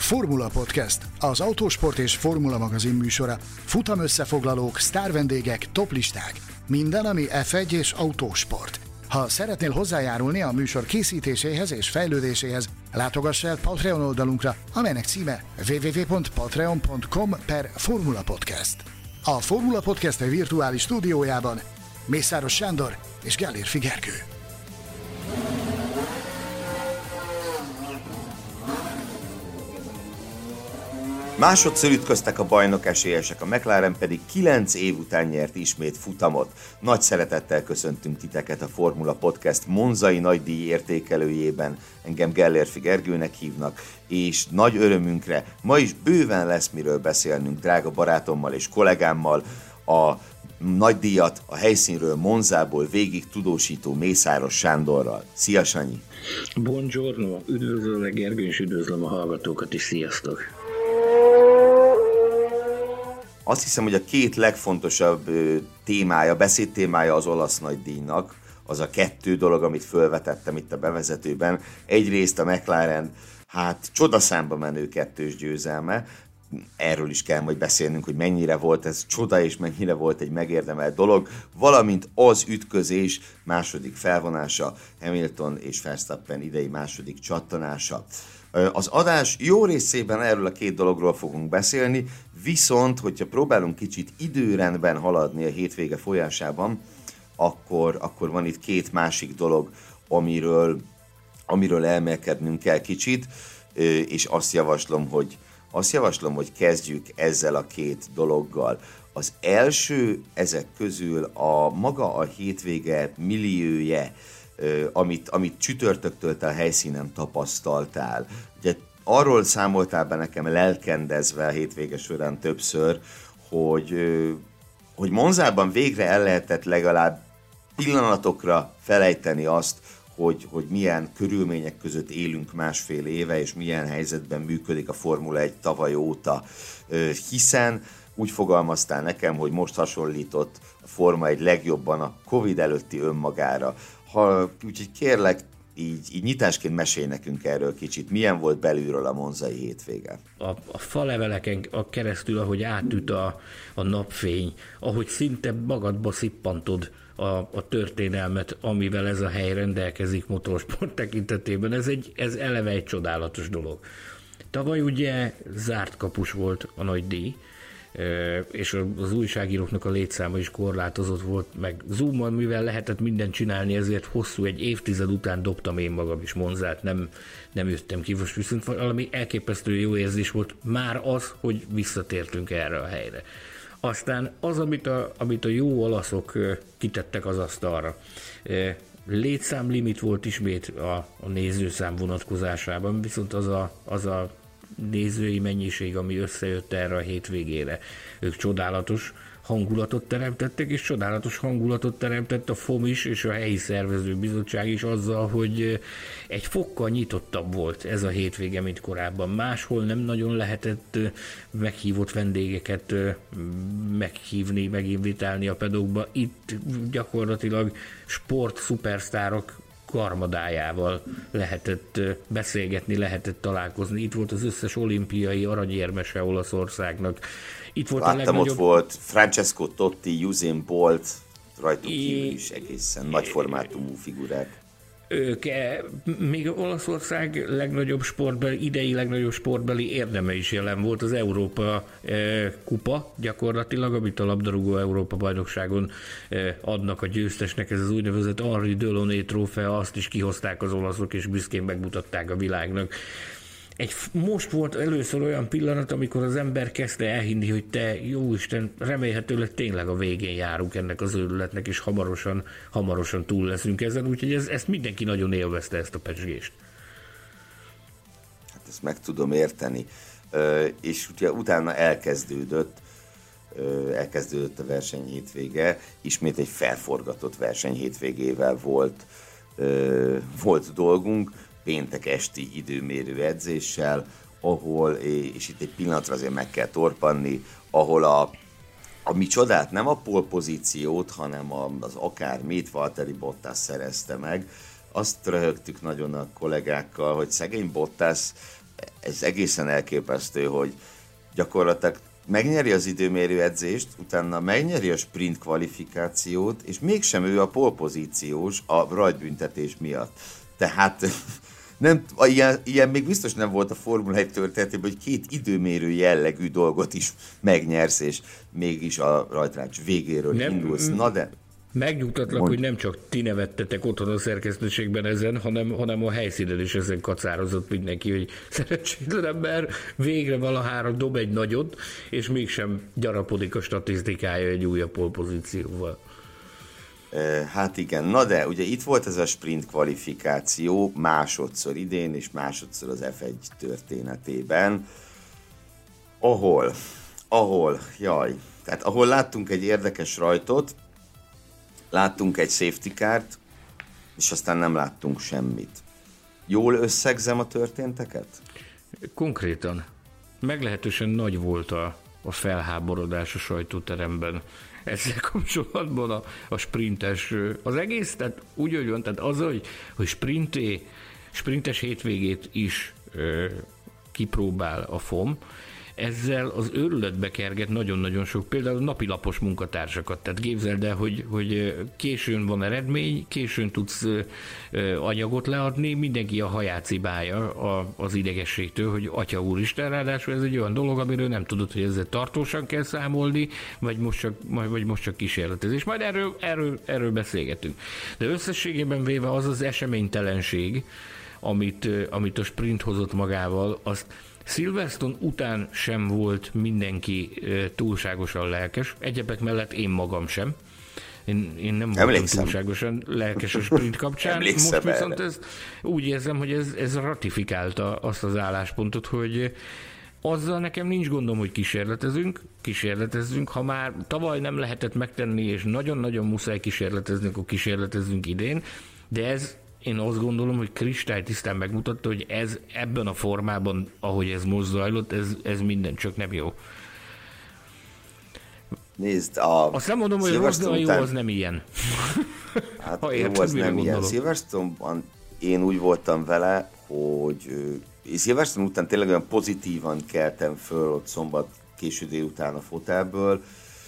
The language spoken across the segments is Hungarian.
Formula Podcast, az autósport és formula magazin műsora. Futam összefoglalók, sztárvendégek, toplisták. Minden, ami F1 és autósport. Ha szeretnél hozzájárulni a műsor készítéséhez és fejlődéséhez, látogass el Patreon oldalunkra, amelynek címe www.patreon.com/Formula Podcast. A Formula Podcast virtuális stúdiójában Mészáros Sándor és Gellérfi Gergő. Másodszor ütköztek a bajnok esélyesek, a McLaren pedig 9 év után nyert ismét futamot. Nagy szeretettel köszöntünk titeket a Formula Podcast monzai nagydíj értékelőjében. Engem Gellérfi Gergőnek hívnak, és nagy örömünkre ma is bőven lesz miről beszélnünk drága barátommal és kollégámmal, a nagydíjat a helyszínről, Monzából végig tudósító Mészáros Sándorral. Szia, Sanyi! Buongiorno, üdvözöllek Gergő, és üdvözlöm a hallgatókat is, sziasztok! Azt hiszem, hogy a két legfontosabb beszédtémája az olasz nagydíjnak, az a kettő dolog, amit felvetettem itt a bevezetőben. Egyrészt a McLaren, csodaszámba menő kettős győzelme, erről is kell majd beszélnünk, hogy mennyire volt ez csoda, és mennyire volt egy megérdemelt dolog, valamint az ütközés második felvonása, Hamilton és Verstappen idei második csattanása. Az adás jó részében erről a két dologról fogunk beszélni, viszont, hogyha próbálunk kicsit időrendben haladni a hétvége folyásában, akkor van itt két másik dolog, amiről elmélkednünk kell kicsit, és azt javaslom, hogy kezdjük ezzel a két dologgal. Az első ezek közül a maga a hétvége millióje, amit csütörtöktől te a helyszínen tapasztaltál. Ugye arról számoltál be nekem lelkendezve a hétvége során többször, hogy Monzában végre el lehetett legalább pillanatokra felejteni azt, hogy milyen körülmények között élünk másfél éve, és milyen helyzetben működik a Formula 1 tavaly óta. Hiszen úgy fogalmaztál nekem, hogy most hasonlított a Forma 1 legjobban a Covid előtti önmagára. Úgyhogy kérlek, így nyitásként mesélj nekünk erről kicsit. Milyen volt belülről a monzai hétvége? A faleveleken keresztül, ahogy átüt a napfény, ahogy szinte magadba szippantod a történelmet, amivel ez a hely rendelkezik motorsport tekintetében. Ez eleve egy csodálatos dolog. Tavaly ugye zárt kapus volt a nagy díj, és az újságíróknak a létszáma is korlátozott volt, meg Zoom-on, mivel lehetett mindent csinálni, ezért egy évtized után dobtam én magam is Monzát, nem jöttem ki, most viszont valami elképesztő jó érzés volt már az, hogy visszatértünk erre a helyre. Aztán az, amit a jó olaszok kitettek az asztalra. Létszámlimit volt ismét a nézőszám vonatkozásában, viszont az a nézői mennyiség, ami összejött erre a hétvégére. Ők csodálatos hangulatot teremtettek, és csodálatos hangulatot teremtett a FOM is, és a helyi szervezőbizottság is azzal, hogy egy fokkal nyitottabb volt ez a hétvége, mint korábban. Máshol nem nagyon lehetett meghívott vendégeket meghívni, meginvitálni a pedokba. Itt gyakorlatilag sport szupersztárok karmadájával lehetett beszélgetni, lehetett találkozni. Itt volt az összes olimpiai aranyérmese Olaszországnak. Itt volt Láttam, ott volt Francesco Totti, Usain Bolt, rajtuk kívül is egészen nagy formátumú figurák. Ők még Olaszország idei legnagyobb sportbeli érdeme is jelen volt, az Európa kupa gyakorlatilag, amit a labdarúgó Európa bajnokságon adnak a győztesnek, ez az úgynevezett Henri Delaunay trófea, azt is kihozták az olaszok, és büszkén megmutatták a világnak. Most volt először olyan pillanat, amikor az ember kezdte elhinni, hogy te jóisten, remélhetőleg tényleg a végén járunk ennek az őrületnek, és hamarosan túl leszünk ezen, úgyhogy ezt mindenki nagyon élvezte, ezt a pezsgést. Hát ezt meg tudom érteni. És ugye utána elkezdődött a verseny hétvége, ismét egy felforgatott verseny hétvégével volt dolgunk, péntek esti időmérő edzéssel, ahol, és itt egy pillanatra azért meg kell torpanni, ahol a mi csodát, nem a pole pozíciót, hanem az akármit Valtteri Bottas szerezte meg. Azt röhögtük nagyon a kollégákkal, hogy szegény Bottas ez egészen elképesztő, hogy gyakorlatilag megnyeri az időmérő edzést, utána megnyeri a sprint kvalifikációt, és mégsem ő a polpozíciós a rajtbüntetés miatt. Tehát nem, ilyen még biztos nem volt a Formula 1 történetében, hogy két időmérő jellegű dolgot is megnyersz, és mégis a rajtrács végéről indulsz. Na de... Megnyugtatlak, hogy nem csak ti nevettetek otthon a szerkesztőségben ezen, hanem a helyszínen is ezen kacározott mindenki, hogy szerencsétlen ember végre valahára dob egy nagyot, és mégsem gyarapodik a statisztikája egy újabb polpozícióval. Hát igen, na de ugye itt volt ez a sprint kvalifikáció másodszor idén, és másodszor az F1 történetében, ahol láttunk egy érdekes rajtot, láttunk egy safety car-t, és aztán nem láttunk semmit. Jól összegzem a történteket? Konkrétan. Meglehetősen nagy volt a felháborodás a sajtóteremben. Ezzel kapcsolatban a sprintes, az egész, tehát úgy, hogy van, tehát az, hogy sprintes hétvégét is kipróbál a FOM, ezzel az őrületbe kerget nagyon-nagyon sok, például napilapos munkatársakat. Tehát képzeld el, hogy későn van eredmény, későn tudsz anyagot leadni, mindenki a haját cibálja az idegességtől, hogy atya úristen, ráadásul ez egy olyan dolog, amiről nem tudod, hogy ezzel tartósan kell számolni, vagy most csak kísérletezés. Majd erről beszélgetünk. De összességében véve az az eseménytelenség, amit a sprint hozott magával, azt Silverstone után sem volt mindenki túlságosan lelkes, egyebek mellett én magam sem. Én nem voltam túlságosan lelkes a sprint kapcsán. Most viszont úgy érzem, hogy ez ratifikálta azt az álláspontot, hogy azzal nekem nincs gondom, hogy kísérletezzünk. Ha már tavaly nem lehetett megtenni, és nagyon-nagyon muszáj kísérletezni, akkor kísérletezzünk idén, de ez én azt gondolom, hogy kristálytisztán megmutatta, hogy ez ebben a formában, ahogy ez most zajlott, ez minden csak nem jó. Nézd, azt nem mondom, hogy rossz, de jó, az nem ilyen. Hát ha érted, jó, az nem ilyen. Silverstone-ban én úgy voltam vele, hogy Silverstone után tényleg olyan pozitívan keltem föl ott szombat késő délután a fotelből,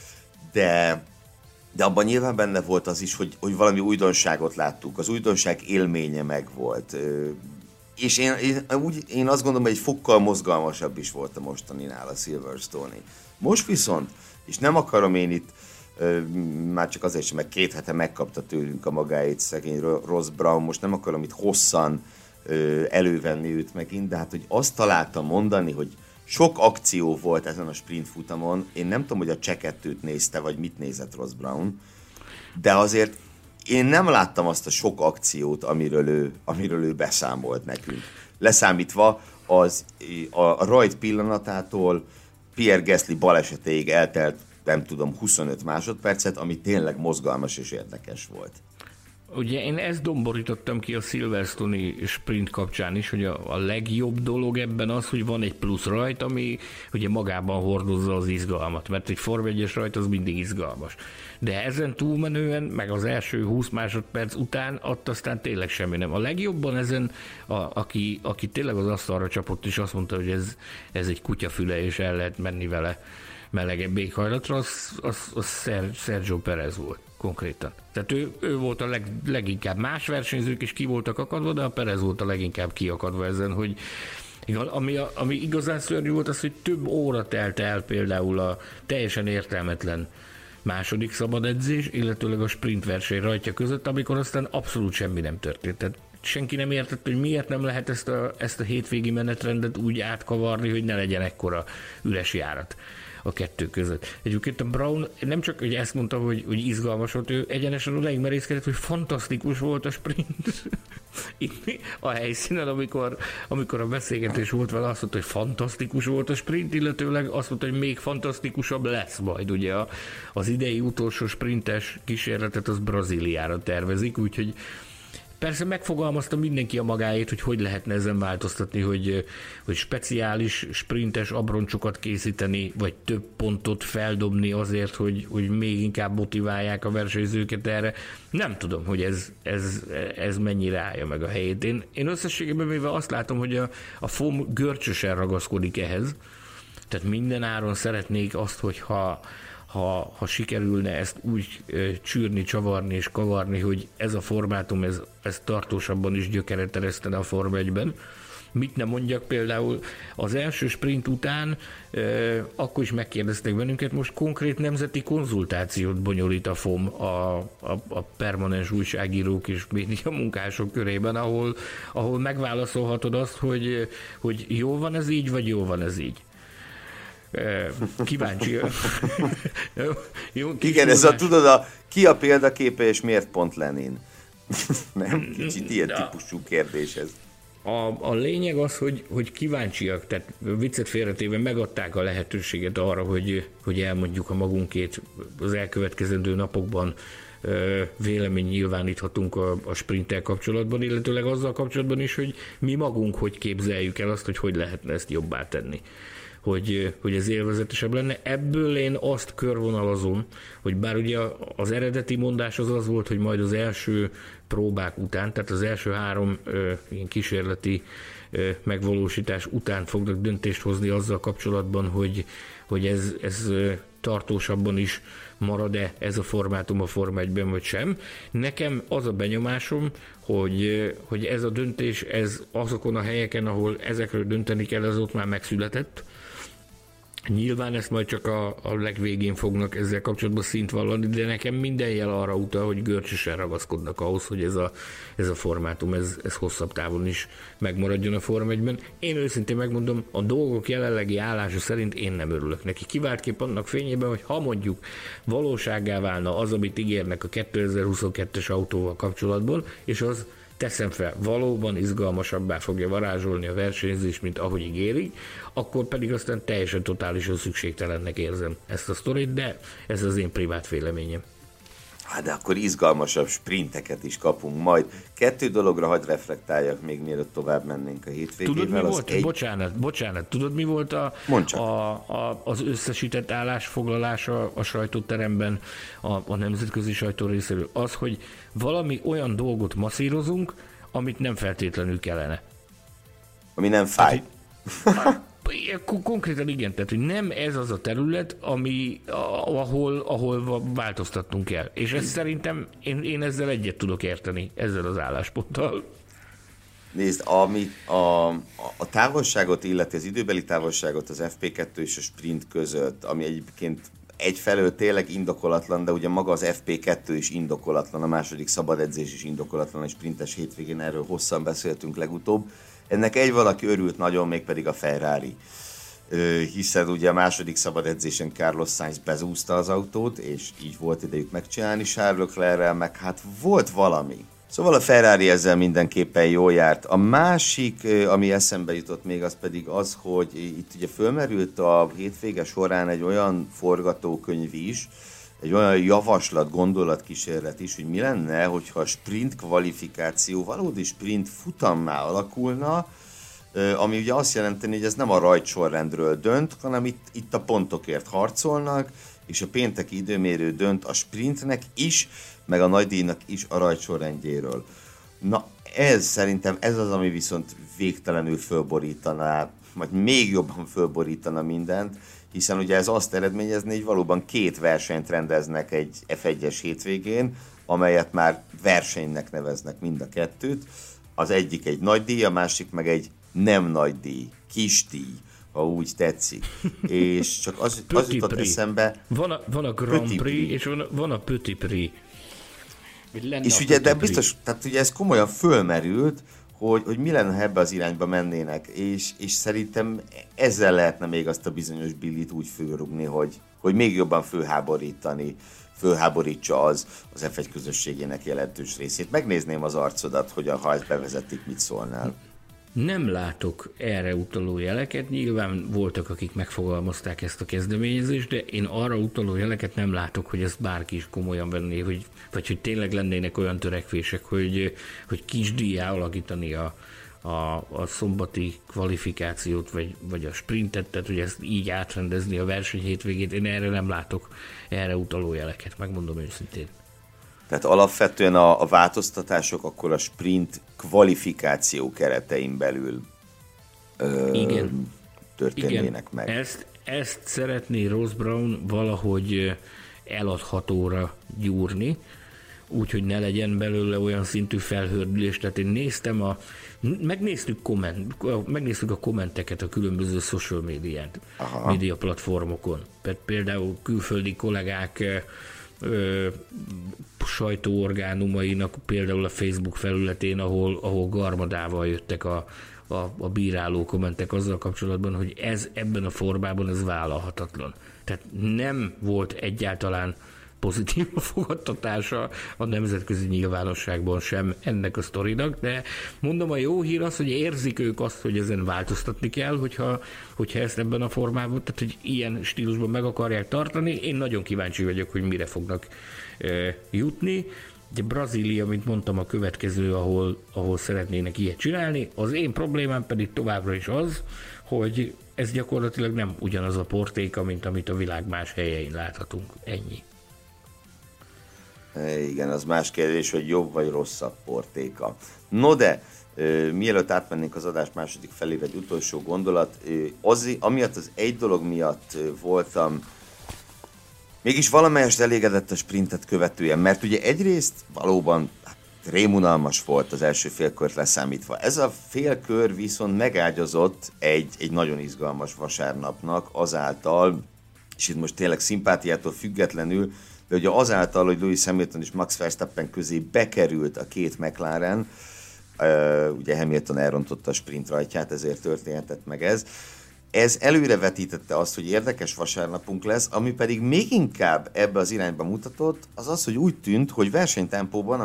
de abban nyilván benne volt az is, hogy valami újdonságot láttuk. Az újdonság élménye megvolt. És én azt gondolom, hogy egy fokkal mozgalmasabb is volt a mostaninál a Silverstone-i. Most viszont, és nem akarom én itt, már csak azért sem, meg 2 hete megkapta tőlünk a magáét szegény Ross Brown, most nem akarom itt hosszan elővenni őt megint, de hát, hogy azt találtam mondani, hogy sok akció volt ezen a sprint futamon. Én nem tudom, hogy a Cseh-2-t nézte, vagy mit nézett Ross Brown, de azért én nem láttam azt a sok akciót, amiről ő beszámolt nekünk. Leszámítva a rajt pillanatától Pierre Gasly balesetéig eltelt, nem tudom, 25 másodpercet, ami tényleg mozgalmas és érdekes volt. Ugye én ezt domborítottam ki a Silverstone-i sprint kapcsán is, hogy a legjobb dolog ebben az, hogy van egy plusz rajt, ami ugye magában hordozza az izgalmat, mert egy Form 1-es rajt az mindig izgalmas. De ezen túlmenően, meg az első 20 másodperc után ott aztán tényleg semmi nem. A legjobban ezen, aki tényleg az asztalra csapott, és azt mondta, hogy ez egy kutyafüle, és el lehet menni vele melegebb éghajlatra, az Sergio Perez volt konkrétan. Tehát ő volt a leginkább, más versenyzők is ki voltak akadva, de a Perez volt a leginkább kiakadva ezen, hogy ami igazán szörnyű volt az, hogy több óra telt el például a teljesen értelmetlen második szabad edzés, illetőleg a sprint verseny rajtja között, amikor aztán abszolút semmi nem történt. Tehát senki nem értett, hogy miért nem lehet ezt a hétvégi menetrendet úgy átkavarni, hogy ne legyen ekkora üres járat a kettő között. Egyébként a Brown nem csak hogy ezt mondta, hogy izgalmas volt, ő egyenesen odáig merészkedett, hogy fantasztikus volt a sprint. Itt a helyszínen, amikor a beszélgetés volt vele, azt mondta, hogy fantasztikus volt a sprint, illetőleg azt mondta, hogy még fantasztikusabb lesz majd. Ugye az idei utolsó sprintes kísérletet az Brazíliára tervezik, úgyhogy Persze megfogalmazta mindenki a magáét, hogy lehetne ezen változtatni, hogy speciális sprintes abroncsokat készíteni, vagy több pontot feldobni azért, hogy még inkább motiválják a versenyzőket erre. Nem tudom, hogy ez mennyire állja meg a helyét. Én összességében mivel azt látom, hogy a FOM görcsösen ragaszkodik ehhez, tehát minden áron szeretnék azt, hogy ha sikerülne ezt úgy csűrni, csavarni és kavarni, hogy ez a formátum, ez tartósabban is gyökeret eresztene a Forma 1-ben. Mit nem mondjak, például az első sprint után, akkor is megkérdeztek bennünket, most konkrét nemzeti konzultációt bonyolít a FOM a permanens újságírók és média munkások körében, ahol megválaszolhatod azt, hogy jó van ez így, vagy jó van ez így. Kíváncsi. Igen, ez tudod, ki a példaképe és miért pont Lenin? Nem? Kicsit ilyen típusú kérdés ez. A lényeg az, hogy kíváncsiak, tehát viccet félretéve megadták a lehetőséget arra, hogy elmondjuk a magunkét az elkövetkezendő napokban, vélemény nyilváníthatunk a sprinttel kapcsolatban, illetőleg azzal kapcsolatban is, hogy mi magunk hogy képzeljük el azt, hogy lehetne ezt jobbá tenni. Hogy ez élvezetesebb lenne. Ebből én azt körvonalazom, hogy bár ugye az eredeti mondás az volt, hogy majd az első próbák után, tehát az első 3 ilyen kísérleti megvalósítás után fognak döntést hozni azzal kapcsolatban, hogy ez tartósabban is marad-e ez a formátum a Forma 1-ben, vagy sem. Nekem az a benyomásom, hogy ez a döntés ez azokon a helyeken, ahol ezekről dönteni kell, az ott már megszületett. Nyilván ezt majd csak a legvégén fognak ezzel kapcsolatban szint vallani, de nekem minden jel arra utal, hogy görcsösen ragaszkodnak ahhoz, hogy ez a formátum, ez hosszabb távon is megmaradjon a Forma 1-ben. Én őszintén megmondom, a dolgok jelenlegi állása szerint én nem örülök neki. Kiváltképp annak fényében, hogy ha mondjuk valósággá válna az, amit ígérnek a 2022-es autóval kapcsolatban, és az teszem fel, valóban izgalmasabbá fogja varázsolni a versenyzést, mint ahogy ígérik, akkor pedig aztán teljesen totálisan szükségtelennek érzem ezt a sztorit, de ez az én privát véleményem. Hát de akkor izgalmasabb sprinteket is kapunk majd. 2 dologra hadd reflektáljak még mielőtt tovább mennénk a hétvégével. Tudod mi volt? Bocsánat. Tudod mi volt az összesített állásfoglalása a sajtóteremben a nemzetközi sajtó részéről? Az, hogy valami olyan dolgot masszírozunk, amit nem feltétlenül kellene. Ami nem fáj. Konkrétan igen, tehát hogy nem ez az a terület, ahol változtatnunk kell. És ezt szerintem én ezzel egyet tudok érteni, ezzel az állásponttal. Nézd, ami a távolságot illeti, az időbeli távolságot az FP2 és a sprint között, ami egyébként egyfelől tényleg indokolatlan, de ugye maga az FP2 is indokolatlan, a második szabad edzés is indokolatlan, és sprintes hétvégén erről hosszan beszéltünk legutóbb. Ennek egy valaki örült nagyon, mégpedig a Ferrari. Hiszen ugye a második szabad edzésen Carlos Sainz bezúzta az autót, és így volt idejük megcsinálni Charles Leclerrel, meg hát volt valami. Szóval a Ferrari ezzel mindenképpen jól járt. A másik, ami eszembe jutott még, az pedig az, hogy itt ugye fölmerült a hétvége során egy olyan forgatókönyv is, egy olyan javaslat, gondolatkísérlet is, hogy mi lenne, hogyha a sprint kvalifikáció valódi sprint futammá alakulna, ami ugye azt jelenteni, hogy ez nem a rajtsorrendről dönt, hanem itt a pontokért harcolnak, és a pénteki időmérő dönt a sprintnek is, meg a nagydíjnak is a rajtsorrendjéről. Na, szerintem ez az, ami viszont végtelenül fölborítaná, vagy még jobban fölborítana mindent, hiszen ugye ez azt eredményezni, hogy valóban 2 versenyt rendeznek egy F1-es hétvégén, amelyet már versenynek neveznek mind a 2-t. Az egyik egy nagy díj, a másik meg egy nem nagy díj, kis díj, ha úgy tetszik. És csak az jutott eszembe... Van a Grand Prix, és van a Petit Prix. És ugye, de biztos, tehát ugye ez komolyan fölmerült, hogy mi lenne, ha ebbe az irányba mennének, és szerintem ezzel lehetne még azt a bizonyos Billit úgy fölrugni, hogy még jobban fölháborítsa az F1 közösségének jelentős részét. Megnézném az arcodat, hogy ha ezt bevezetik, mit szólnál. Nem látok erre utaló jeleket, nyilván voltak, akik megfogalmazták ezt a kezdeményezést, de én arra utaló jeleket nem látok, hogy ezt bárki is komolyan venné, vagy hogy tényleg lennének olyan törekvések, hogy kis díjjá alakítani a szombati kvalifikációt, vagy a sprintet, tehát hogy ezt így átrendezni a verseny hétvégét, én erre nem látok erre utaló jeleket, megmondom őszintén. Tehát alapvetően a változtatások akkor a sprint kvalifikáció keretein belül történnének meg. Ezt szeretné Ross Brown valahogy eladhatóra gyúrni, úgyhogy ne legyen belőle olyan szintű felhördülés. Tehát én néztem megnéztük a kommenteket a különböző social média platformokon. Például külföldi kollégák sajtóorgánumainak, például a Facebook felületén, ahol garmadával jöttek a bíráló kommentek azzal kapcsolatban, hogy ez ebben a formában ez vállalhatatlan. Tehát nem volt egyáltalán pozitív a fogadtatása a nemzetközi nyilvánosságban sem ennek a sztorinak, de mondom, a jó hír az, hogy érzik ők azt, hogy ezen változtatni kell, hogyha ezt ebben a formában, tehát hogy ilyen stílusban meg akarják tartani. Én nagyon kíváncsi vagyok, hogy mire fognak jutni. De Brazília, mint mondtam, a következő, ahol szeretnének ilyet csinálni. Az én problémám pedig továbbra is az, hogy ez gyakorlatilag nem ugyanaz a portéka, mint amit a világ más helyein láthatunk. Ennyi. Igen, az más kérdés, hogy jobb vagy rosszabb portéka. No de, mielőtt átmennénk az adás második felébe, egy utolsó gondolat, amiatt az egy dolog miatt voltam mégis valamelyest elégedett a sprintet követően, mert ugye egyrészt valóban rémunalmas volt az első félkört leszámítva. Ez a félkör viszont megágyazott egy nagyon izgalmas vasárnapnak azáltal, és itt most tényleg szimpátiától függetlenül, de ugye azáltal, hogy Lewis Hamilton és Max Verstappen közé bekerült a két McLaren, ugye Hamilton elrontotta a sprint rajtját, ezért történhetett meg ez. Ez előrevetítette azt, hogy érdekes vasárnapunk lesz, ami pedig még inkább ebbe az irányba mutatott, az az, hogy úgy tűnt, hogy versenytempóban a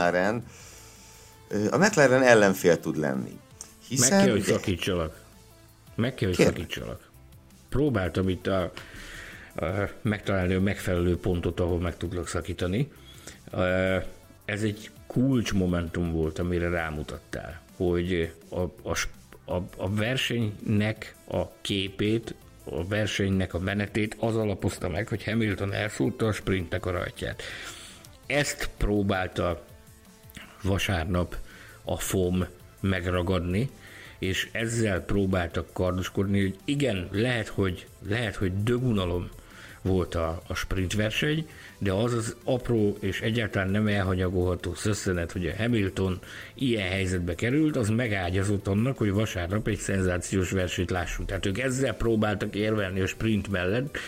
McLaren ellenfél tud lenni. Hiszen... Meg kell, hogy szakítsalak. Próbáltam itt megtalálni a megfelelő pontot, ahol meg tudlak szakítani. Ez egy kulcsmomentum volt, amire rámutattál, hogy a versenynek a képét, a versenynek a menetét az alapozta meg, hogy Hamilton elszúrta a sprintnek a rajtját. Ezt próbálta vasárnap a FOM megragadni, és ezzel próbáltak kardoskodni, hogy igen, lehet, hogy dögunalom volt a sprint verseny, de az apró és egyáltalán nem elhanyagolható szösszenet, hogy a Hamilton ilyen helyzetbe került, az megágyazott annak, hogy vasárnap egy szenzációs versenyt lássunk. Tehát ők ezzel próbáltak érvelni a sprint mellett,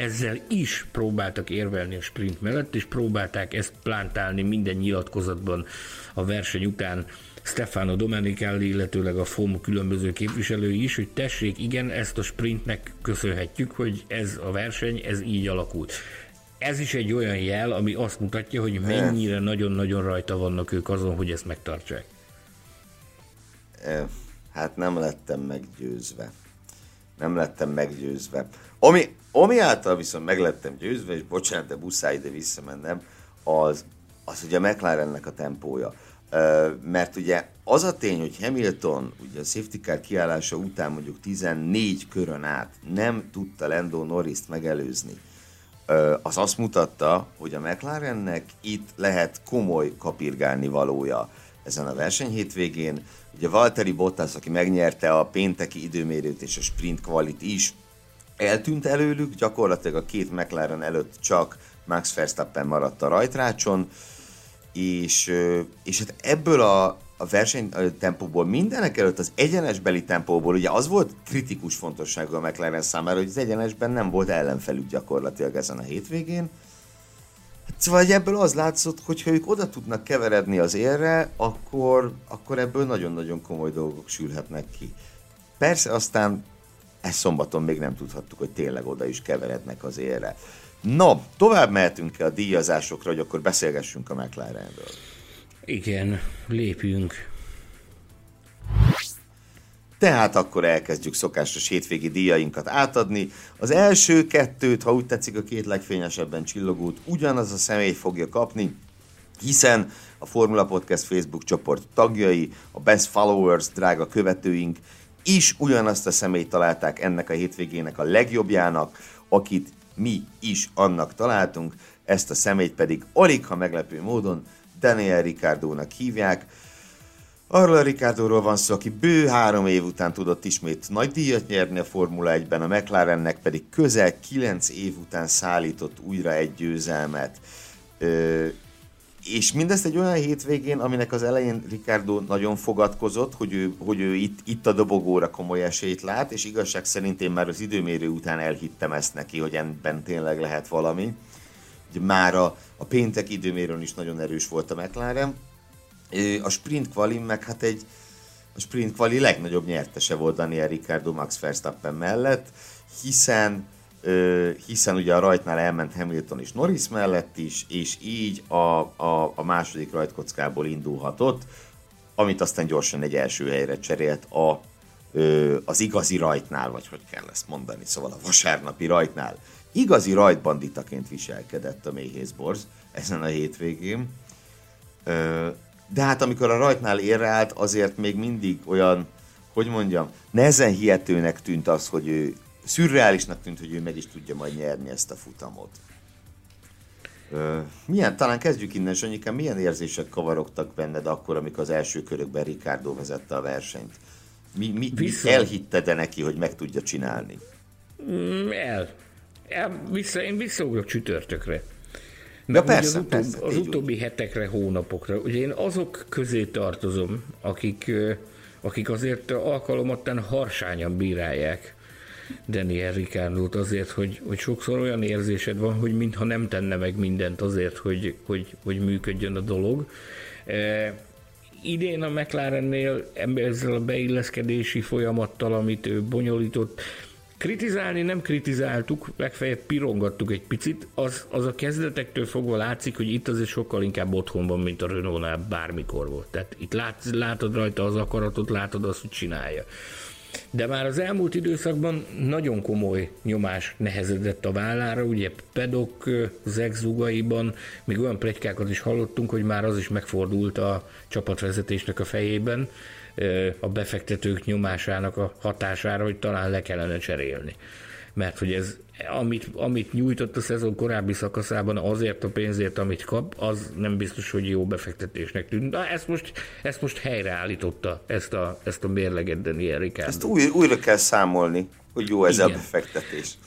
és próbálták ezt plántálni minden nyilatkozatban a verseny után Stefano Domenicali, illetőleg a FOM különböző képviselői is, hogy tessék, igen, ezt a sprintnek köszönhetjük, hogy ez a verseny, ez így alakult. Ez is egy olyan jel, ami azt mutatja, hogy mennyire nagyon-nagyon rajta vannak ők azon, hogy ezt megtartsák. Hát nem lettem meggyőzve. Ami által viszont meg lettem győzve, és bocsánat, de muszáj ide visszamennem, az ugye a McLarennek a tempója. Mert ugye az a tény, hogy Hamilton ugye a safety car kiállása után mondjuk 14 körön át nem tudta Lando Norrist megelőzni, az azt mutatta, hogy a McLarennek itt lehet komoly kapirgálni valója ezen a versenyhétvégén. Ugye Valtteri Bottas, aki megnyerte a pénteki időmérőt és a sprint qualit is, eltűnt előlük, gyakorlatilag a két McLaren előtt csak Max Verstappen maradt a rajtrácson, és hát ebből a versenytempóból mindenek előtt az egyenesbeli tempóból, ugye az volt kritikus fontosságú a McLaren számára, hogy az egyenesben nem volt ellenfelük gyakorlatilag ezen a hétvégén. Szóval ebből az látszott, hogy ha ők oda tudnak keveredni az élre, akkor ebből nagyon-nagyon komoly dolgok sülhetnek ki. Persze aztán ezt szombaton még nem tudhattuk, hogy tényleg oda is keverednek az élre. No, tovább mehetünk a díjazásokra, hogy akkor beszélgessünk a McLarenről. Igen, lépjünk. Tehát akkor elkezdjük szokásos hétvégi díjainkat átadni. Az első kettőt, ha úgy tetszik, a két legfényesebben csillogót ugyanaz a személy fogja kapni, hiszen a Formula Podcast Facebook csoport tagjai, a best followers, drága követőink is ugyanazt a személyt találták ennek a hétvégének a legjobbjának, akit mi is annak találtunk, ezt a személyt pedig aligha meglepő módon Daniel Ricciardónak hívják. Arról a Ricciardóról van szó, aki bő 3 év után tudott ismét nagy díjat nyerni a Formula 1-ben, a McLarennek pedig közel 9 év után szállított újra egy győzelmet. És mindezt egy olyan hétvégén, aminek az elején Ricciardo nagyon fogadkozott, hogy ő itt a dobogóra komoly esélyt lát, és igazság szerint én már az időmérő után elhittem ezt neki, hogy ebben tényleg lehet valami. Ugye már a péntek időmérőn is nagyon erős volt a McLaren. A sprint quali meg hát a sprint quali legnagyobb nyertese volt Daniel Ricciardo Max Verstappen mellett, hiszen ugye a rajtnál elment Hamilton és Norris mellett is, és így a második rajtkockából indulhatott, amit aztán gyorsan egy első helyre cserélt az igazi rajtnál, vagy hogy kell ezt mondani, szóval a vasárnapi rajtnál. Igazi rajtbanditaként viselkedett a Méhész Borz ezen a hétvégén. De hát amikor a rajtnál érre állt, azért még mindig olyan, hogy mondjam, nehezen hihetőnek tűnt az, hogy ő szürreálisnak tűnt, hogy ő meg is tudja majd nyerni ezt a futamot. Talán kezdjük innen, Sanyikám, milyen érzések kavarogtak benned akkor, amikor az első körökben Ricciardo vezette a versenyt? Mi elhitted-e neki, hogy meg tudja csinálni? Én visszaugrok csütörtökre. Ja, persze, az utóbbi hetekre, hónapokra. Ugye én azok közé tartozom, akik azért alkalomattán harsányan bírálják Daniel Ricciardót azért, hogy sokszor olyan érzésed van, hogy mintha nem tenne meg mindent azért, hogy működjön a dolog. Idén a McLarennél ezzel a beilleszkedési folyamattal, amit ő bonyolított, kritizálni nem kritizáltuk, legfeljebb pirongattuk egy picit, az a kezdetektől fogva látszik, hogy itt azért sokkal inkább otthon van, mint a Renault-nál bármikor volt. Tehát itt látod rajta az akaratot, látod azt, hogy csinálja. De már az elmúlt időszakban nagyon komoly nyomás nehezedett a vállára, ugye Pedok zegzugaiban még olyan pletykákat is hallottunk, hogy már az is megfordult a csapatvezetésnek a fejében, a befektetők nyomásának a hatására, hogy talán le kellene cserélni. Mert hogy ez, amit nyújtott a szezon korábbi szakaszában azért a pénzért, amit kap, az nem biztos, hogy jó befektetésnek tűnt. De ezt most helyreállította, ezt a mérleget Daniel Ricciardo. Ezt újra kell számolni, hogy jó ez a befektetés.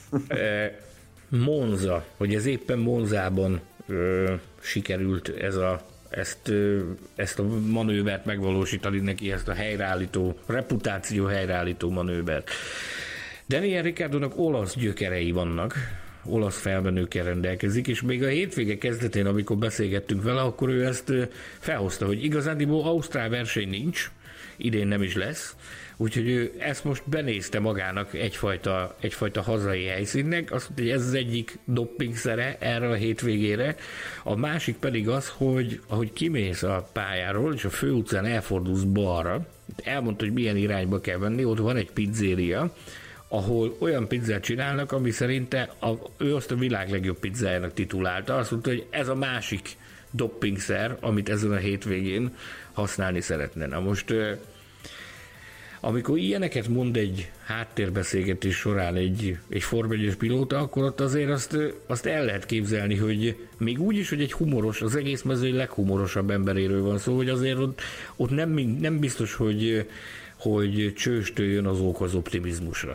Monza, hogy ez éppen Monzában sikerült ezt a manővert megvalósítani neki, ezt a reputáció helyreállító manővert. Daniel Ricciardónak olasz gyökerei vannak, olasz felmenőkkel rendelkezik, és még a hétvége kezdetén, amikor beszélgettünk vele, akkor ő ezt felhozta, hogy igazándiból ausztrál verseny nincs, idén nem is lesz, úgyhogy ő ezt most benézte magának egyfajta hazai helyszínnek, azt mondta, hogy ez az egyik doppingszere erre a hétvégére, a másik pedig az, hogy ahogy kimész a pályáról, és a főutcán elfordulsz balra, elmondta, hogy milyen irányba kell venni, ott van egy pizzéria, ahol olyan pizzát csinálnak, ami szerinte ő azt a világ legjobb pizzájának titulálta. Azt mondta, hogy ez a másik doppingszer, amit ezen a hétvégén használni szeretne. Na most, amikor ilyeneket mond egy háttérbeszélgetés során egy Forma 1-es pilóta, akkor ott azért azt el lehet képzelni, hogy még úgy is, hogy egy humoros, az egész mezőny leghumorosabb emberéről van szó, hogy azért ott nem biztos, hogy csőstől az ok az optimizmusra.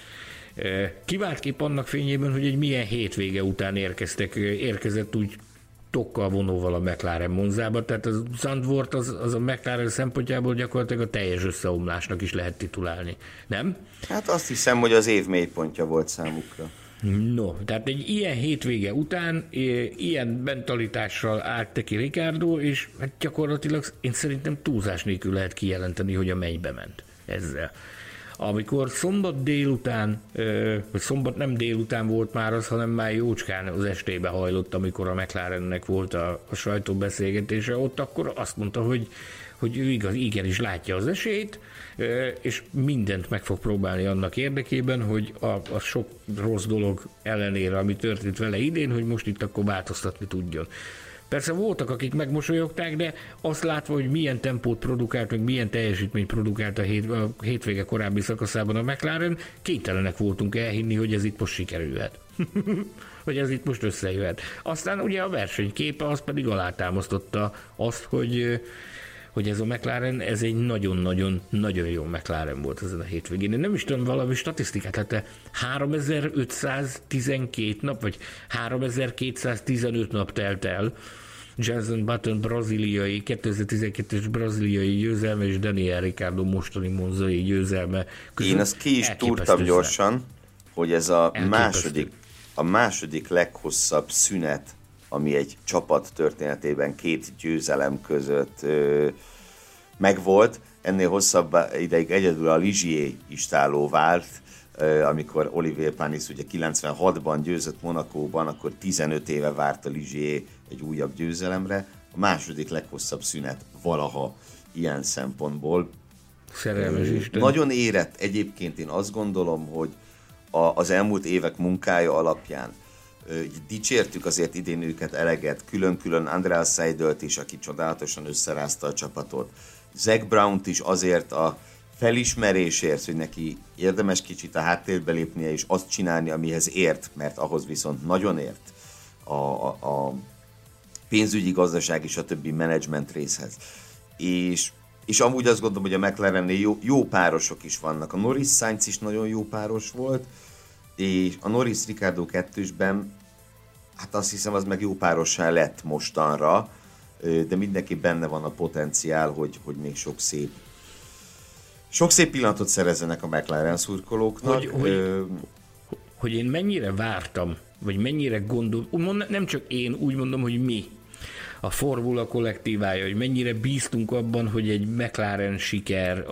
Kiváltképp annak fényében, hogy egy milyen hétvége után érkezett úgy tokkal vonóval a McLaren Monzába, tehát a Zandvoort az a McLaren szempontjából gyakorlatilag a teljes összeomlásnak is lehet titulálni, nem? Hát azt hiszem, hogy az év mélypontja volt számukra. No, tehát egy ilyen hétvége után, ilyen mentalitással állt neki Ricciardo, és hát gyakorlatilag én szerintem túlzás nélkül lehet kijelenteni, hogy a mennybe ment ezzel. Amikor szombat délután, vagy szombat nem délután volt már az, hanem már jócskán az estébe hajlott, amikor a McLarennek volt a sajtóbeszélgetése, ott akkor azt mondta, hogy ő igenis látja az esélyt, és mindent meg fog próbálni annak érdekében, hogy a sok rossz dolog ellenére, ami történt vele idén, hogy most itt akkor változtatni tudjon. Persze voltak, akik megmosolyogták, de azt látva, hogy milyen tempót produkált, meg milyen teljesítményt produkált a hétvége korábbi szakaszában a McLaren, kénytelenek voltunk elhinni, hogy ez itt most sikerülhet. Hogy ez itt most összejöhet. Aztán ugye a versenyképe az pedig alátámasztotta azt, hogy ez a McLaren, ez egy nagyon-nagyon jó McLaren volt ezen a hétvégén. Én nem is tudom, valami statisztikát, hát 3512 nap, vagy 3215 nap telt el Jenson Button braziliai, 2012-es braziliai győzelme és Daniel Ricciardo mostani monzai győzelme között. Én azt ki is túrtam gyorsan, hogy ez a második leghosszabb szünet, ami egy csapat történetében két győzelem között megvolt. Ennél hosszabb ideig egyedül a Ligier istáló vált, amikor Olivier Panis ugye 96-ban győzött Monacóban, akkor 15 éve várt a Ligier egy újabb győzelemre. A második leghosszabb szünet valaha ilyen szempontból. Szerelmes Isten. Nagyon érett egyébként, én azt gondolom, hogy az elmúlt évek munkája alapján dicsértük azért idén őket eleget, külön-külön Andreas Seidelt is, aki csodálatosan összerázta a csapatot. Zach Brownt is azért a felismerésért, hogy neki érdemes kicsit a háttérbe lépnie és azt csinálni, amihez ért, mert ahhoz viszont nagyon ért a pénzügyi, gazdaság és a többi menedzsment részhez. És amúgy azt gondolom, hogy a McLarennél jó párosok is vannak. A Norris-Sainz is nagyon jó páros volt, és a Norris-Ricciardo 2-sben, hát azt hiszem, az meg jó párossá lett mostanra, de mindenki benne van a potenciál, hogy még sok szép pillanatot szerezzenek a McLaren szurkolóknak. Hogy én mennyire vártam, vagy mennyire nem csak én, úgy mondom, hogy mi, a Formula kollektívája, hogy mennyire bíztunk abban, hogy egy McLaren siker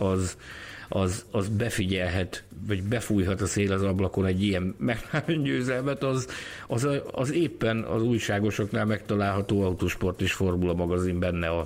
az befigyelhet, vagy befújhat a szél az ablakon egy ilyen McLaren győzelmet, az éppen az újságosoknál megtalálható Autosport és Formula magazin benne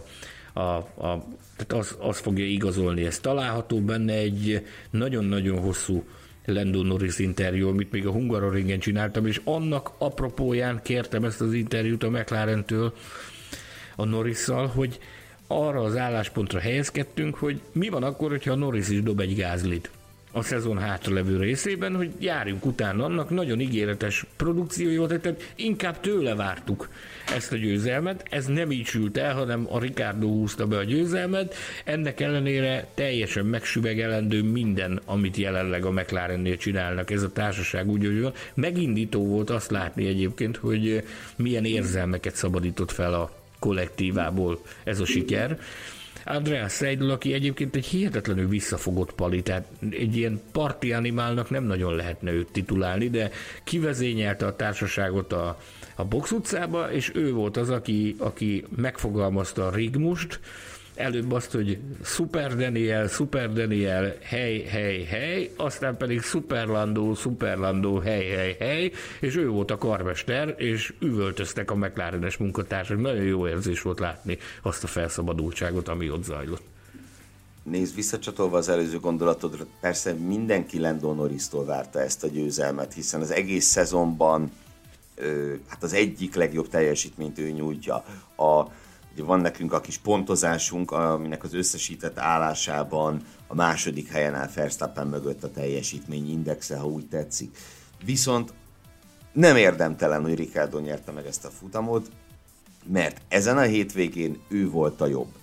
tehát az fogja igazolni, ez található benne egy nagyon-nagyon hosszú Lando Norris interjú, amit még a Hungaroringen csináltam, és annak apropóján kértem ezt az interjút a McLarentől, a Norrisszal, hogy arra az álláspontra helyezkedtünk, hogy mi van akkor, hogyha a Norris is dob egy gázlit a szezon hátralevő részében, hogy járjunk utána annak, nagyon ígéretes produkciója volt, tehát inkább tőle vártuk ezt a győzelmet, ez nem így sült el, hanem a Ricciardo húzta be a győzelmet, ennek ellenére teljesen megsüvegelendő minden, amit jelenleg a McLarennél csinálnak, ez a társaság úgy van. Megindító volt azt látni egyébként, hogy milyen érzelmeket szabadított fel a kollektívából ez a siker. Andreas Seidel, aki egyébként egy hihetetlenül visszafogott pali, tehát egy ilyen parti animálnak nem nagyon lehetne őt titulálni, de kivezényelte a társaságot a box utcába, és ő volt az, aki megfogalmazta a rigmust, előbb azt, hogy Super Daniel, hely, aztán pedig Super Lando, hely, és ő volt a karmester, és üvöltöztek a McLarenes munkatársak. Nagyon jó érzés volt látni azt a felszabadultságot, ami ott zajlott. Nézd, visszacsatolva az előző gondolatodra, persze mindenki Lando Norristól várta ezt a győzelmet, hiszen az egész szezonban hát az egyik legjobb teljesítményt ő nyújtja. Ugye van nekünk a kis pontozásunk, aminek az összesített állásában a második helyen áll Verstappen mögött a teljesítmény indexe, ha úgy tetszik. Viszont nem érdemtelen, hogy Ricciardo nyerte meg ezt a futamot, mert ezen a hétvégén ő volt a jobb.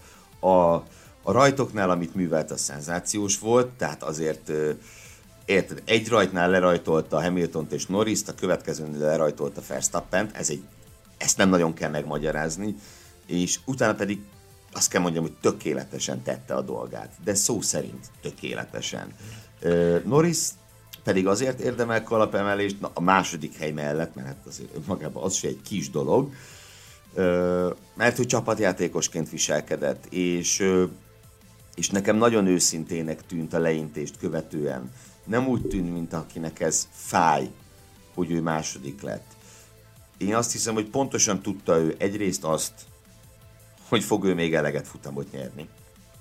A rajtoknál, amit művelt, a szenzációs volt, tehát azért érted, egy rajtnál lerajtolta Hamiltont és Norrist, a következőnél lerajtolta Verstappent, ezt nem nagyon kell megmagyarázni, és utána pedig azt kell mondjam, hogy tökéletesen tette a dolgát, de szó szerint tökéletesen. Norris pedig azért érdemel kalapemelést, a második hely mellett, mert hát azért önmagában az se egy kis dolog, mert hogy csapatjátékosként viselkedett, és nekem nagyon őszintének tűnt a leintést követően. Nem úgy tűnt, mint akinek ez fáj, hogy ő második lett. Én azt hiszem, hogy pontosan tudta ő egyrészt azt, hogy fog ő még eleget futamot nyerni.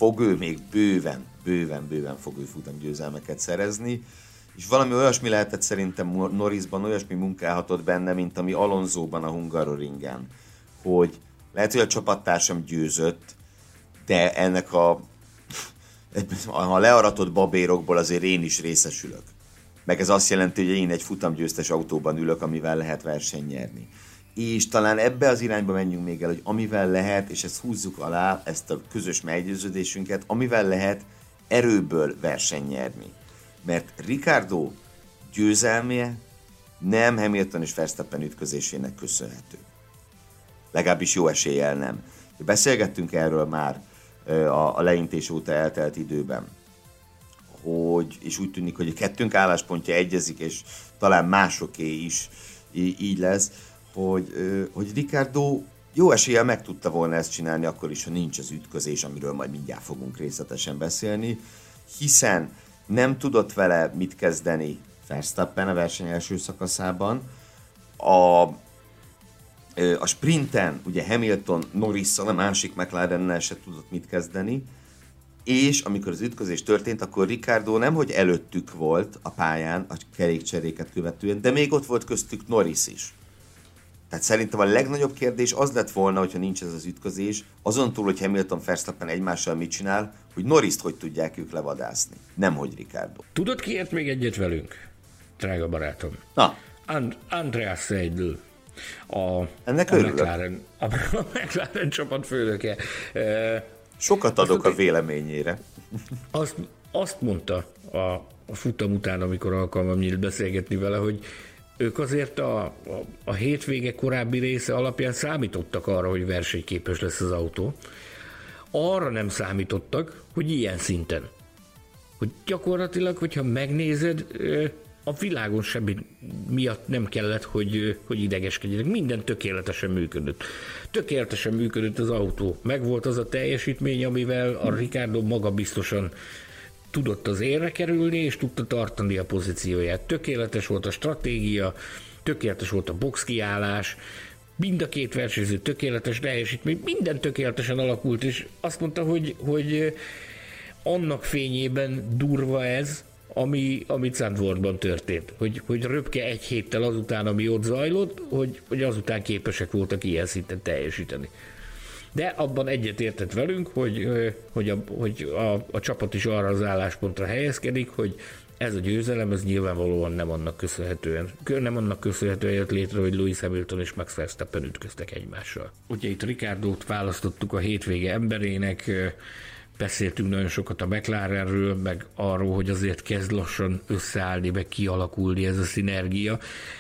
fog ő még bőven fog ő futamgyőzelmeket szerezni, és valami olyasmi lehetett szerintem Norrisban, olyasmi munkálhatott benne, mint ami Alonsóban a Hungaroringen, hogy lehet, hogy a csapattársam győzött, de ennek a learatott babérokból azért én is részesülök. Meg ez azt jelenti, hogy én egy futamgyőztes autóban ülök, amivel lehet versenyt nyerni. És talán ebbe az irányba menjünk még el, hogy amivel lehet, és ezt húzzuk alá, ezt a közös meggyőződésünket, amivel lehet erőből versenyt nyerni. Mert Ricciardo győzelmje nem Hamilton és Verstappen ütközésének köszönhető. Legalábbis jó eséllyel nem. Beszélgettünk erről már a leintés óta eltelt időben, és úgy tűnik, hogy a kettőnk álláspontja egyezik, és talán másoké is így lesz, hogy Ricciardo jó eséllyel meg tudta volna ezt csinálni, akkor is, ha nincs az ütközés, amiről majd mindjárt fogunk részletesen beszélni, hiszen nem tudott vele mit kezdeni Verstappen a verseny első szakaszában. A sprinten ugye Hamilton Norrisszal, a másik McLarennel se tudott mit kezdeni, és amikor az ütközés történt, akkor Ricciardo nemhogy előttük volt a pályán a kerékcseréket követően, de még ott volt köztük Norris is. Tehát szerintem a legnagyobb kérdés az lett volna, hogyha nincs ez az ütközés, azon túl, hogy Hamilton Verstappen egymással mit csinál, hogy Norrist hogy tudják ők levadászni, nem hogy Ricciardo. Tudod, ki ért még egyet velünk, drága barátom? Na. Andreas Seidl, a McLaren csapat főnöke. Sokat adok a véleményére. Azt mondta a futam után, amikor alkalmam nyílt beszélgetni vele, hogy ők azért a hétvége korábbi része alapján számítottak arra, hogy versenyképes lesz az autó. Arra nem számítottak, hogy ilyen szinten. Hogy gyakorlatilag, hogyha megnézed, a világon semmi miatt nem kellett, hogy idegeskedjenek. Minden tökéletesen működött. Tökéletesen működött az autó. Megvolt az a teljesítmény, amivel a Ricciardo magabiztosan tudott az érre kerülni, és tudta tartani a pozícióját. Tökéletes volt a stratégia, tökéletes volt a boxkiállás, mind a két versenyző tökéletes teljesítmény, minden tökéletesen alakult, és azt mondta, hogy annak fényében durva ez, ami Zandvoortban történt. Hogy röpke egy héttel azután, ami ott zajlott, hogy azután képesek voltak ilyen szinten teljesíteni. De abban egyetértett velünk, hogy a csapat is arra az álláspontra helyezkedik, hogy ez a győzelem, ez nyilvánvalóan nem annak köszönhetően jött létre, hogy Lewis Hamilton és Max Verstappen ütköztek egymással. Ugye itt Ricciardót választottuk a hétvége emberének, beszéltünk nagyon sokat a McLarenről, meg arról, hogy azért kezd lassan összeállni, meg kialakulni ez a szinergia.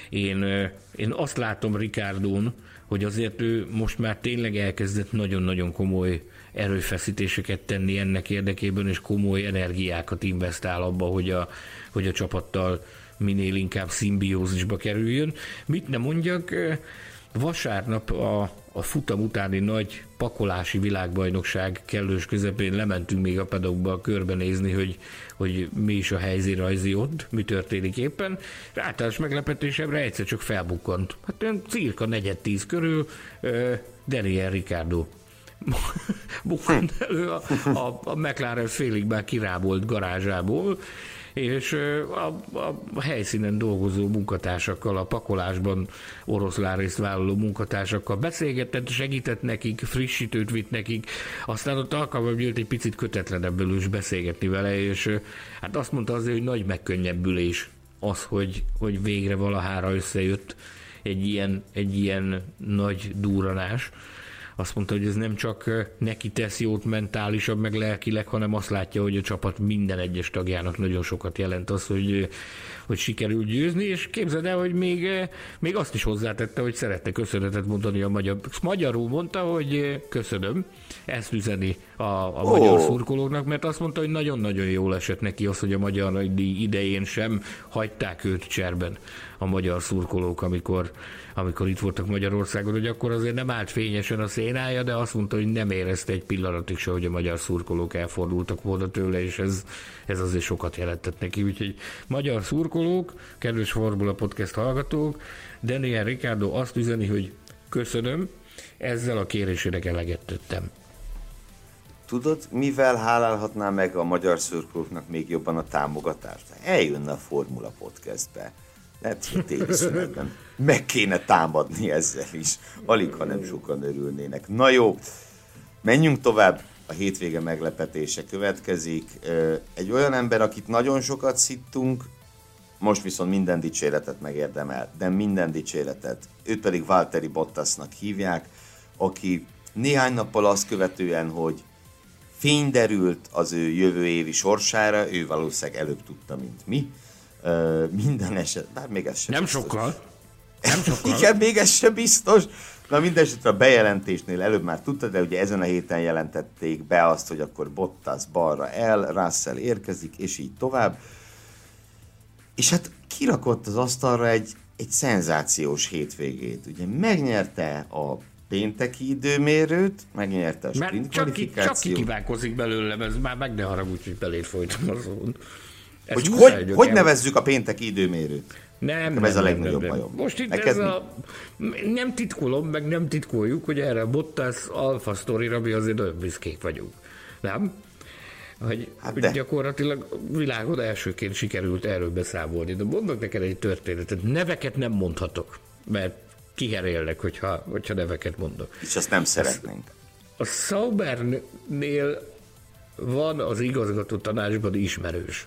Én azt látom Ricciardón, hogy azért ő most már tényleg elkezdett nagyon-nagyon komoly erőfeszítéseket tenni ennek érdekében, és komoly energiákat investál abba, hogy a csapattal minél inkább szimbiózisba kerüljön. Mit ne mondjak, vasárnap a futam utáni nagy pakolási világbajnokság kellős közepén lementünk még a paddockba körbenézni, hogy mi is a helyzírajzi ott, mi történik éppen. Általános meglepetésemre egyszer csak felbukkant. Hát olyan cirka 9:10 körül Daniel Ricciardo bukkant elő a McLaren félig már kirábolt garázsából, és a helyszínen dolgozó munkatársakkal, a pakolásban oroszlánrészt vállaló munkatársakkal beszélgetett, segített nekik, frissítőt vitt nekik, aztán ott alkalmam nyílt egy picit kötetlenebből is beszélgetni vele, és hát azt mondta azért, hogy nagy megkönnyebbülés az, hogy végre valahára összejött egy ilyen nagy durranás. Azt mondta, hogy ez nem csak neki tesz jót mentálisabb, meg lelkileg, hanem azt látja, hogy a csapat minden egyes tagjának nagyon sokat jelent az, hogy sikerül győzni, és képzeld el, hogy még azt is hozzátette, hogy szeretne köszönetet mondani magyarul mondta, hogy köszönöm, ezt üzeni a magyar szurkolóknak, mert azt mondta, hogy nagyon-nagyon jól esett neki az, hogy a magyar nagydíj idején sem hagyták őt cserben a magyar szurkolók, amikor itt voltak Magyarországon, hogy akkor azért nem állt fényesen a szénája, de azt mondta, hogy nem érezte egy pillanatig se, hogy a magyar szurkolók elfordultak volna tőle, és ez azért sokat jelentett neki. Úgyhogy magyar szurkolók, kedves Formula Podcast hallgatók, Daniel Ricciardo azt üzeni, hogy köszönöm, ezzel a kérésének eleget tettem. tudod, mivel hálálhatná meg a magyar szurkolóknak még jobban a támogatást? Eljönne a Formula Podcastbe. Lehet, hogy téli szünetben meg kéne támadni ezzel is. Alig, ha nem sokan örülnének. Na jó, menjünk tovább. A hétvége meglepetése következik. Egy olyan ember, akit nagyon sokat szittunk, most viszont minden dicséretet megérdemel, de minden dicséretet. Őt pedig Valtteri Bottasnak hívják, aki néhány nappal azt követően, hogy fény derült az ő jövő évi sorsára, ő valószínűleg előbb tudta, mint mi. Minden eset, bár még ez sem nem biztos. sokkal. Nem sokkal. Igen, még ez sem biztos. Na minden esetre a bejelentésnél előbb már tudta, de ugye ezen a héten jelentették be azt, hogy akkor Bottas balra el, Russell érkezik, és így tovább. És hát kirakott az asztalra egy szenzációs hétvégét. Ugye megnyerte a pénteki időmérőt, megnyerte a sprint kvalifikációt. Csak kikívánkozik belőlem, ez már meg ne haragudj, hogy belét folytam azon. Hogy nevezzük a pénteki időmérőt? Nem, ez a legnagyobb bajom. Most itt ez nem titkolom, meg nem titkoljuk, hogy erre Bottas Alfa sztorira mi azért nagyon büszkék vagyunk. Nem? Hogy gyakorlatilag világon elsőként sikerült erről beszámolni. De mondok neked egy történetet. Neveket nem mondhatok, mert kiherélnek, hogyha neveket mondok. És azt nem szeretnénk. A Saubernél van az igazgató tanácsban ismerős.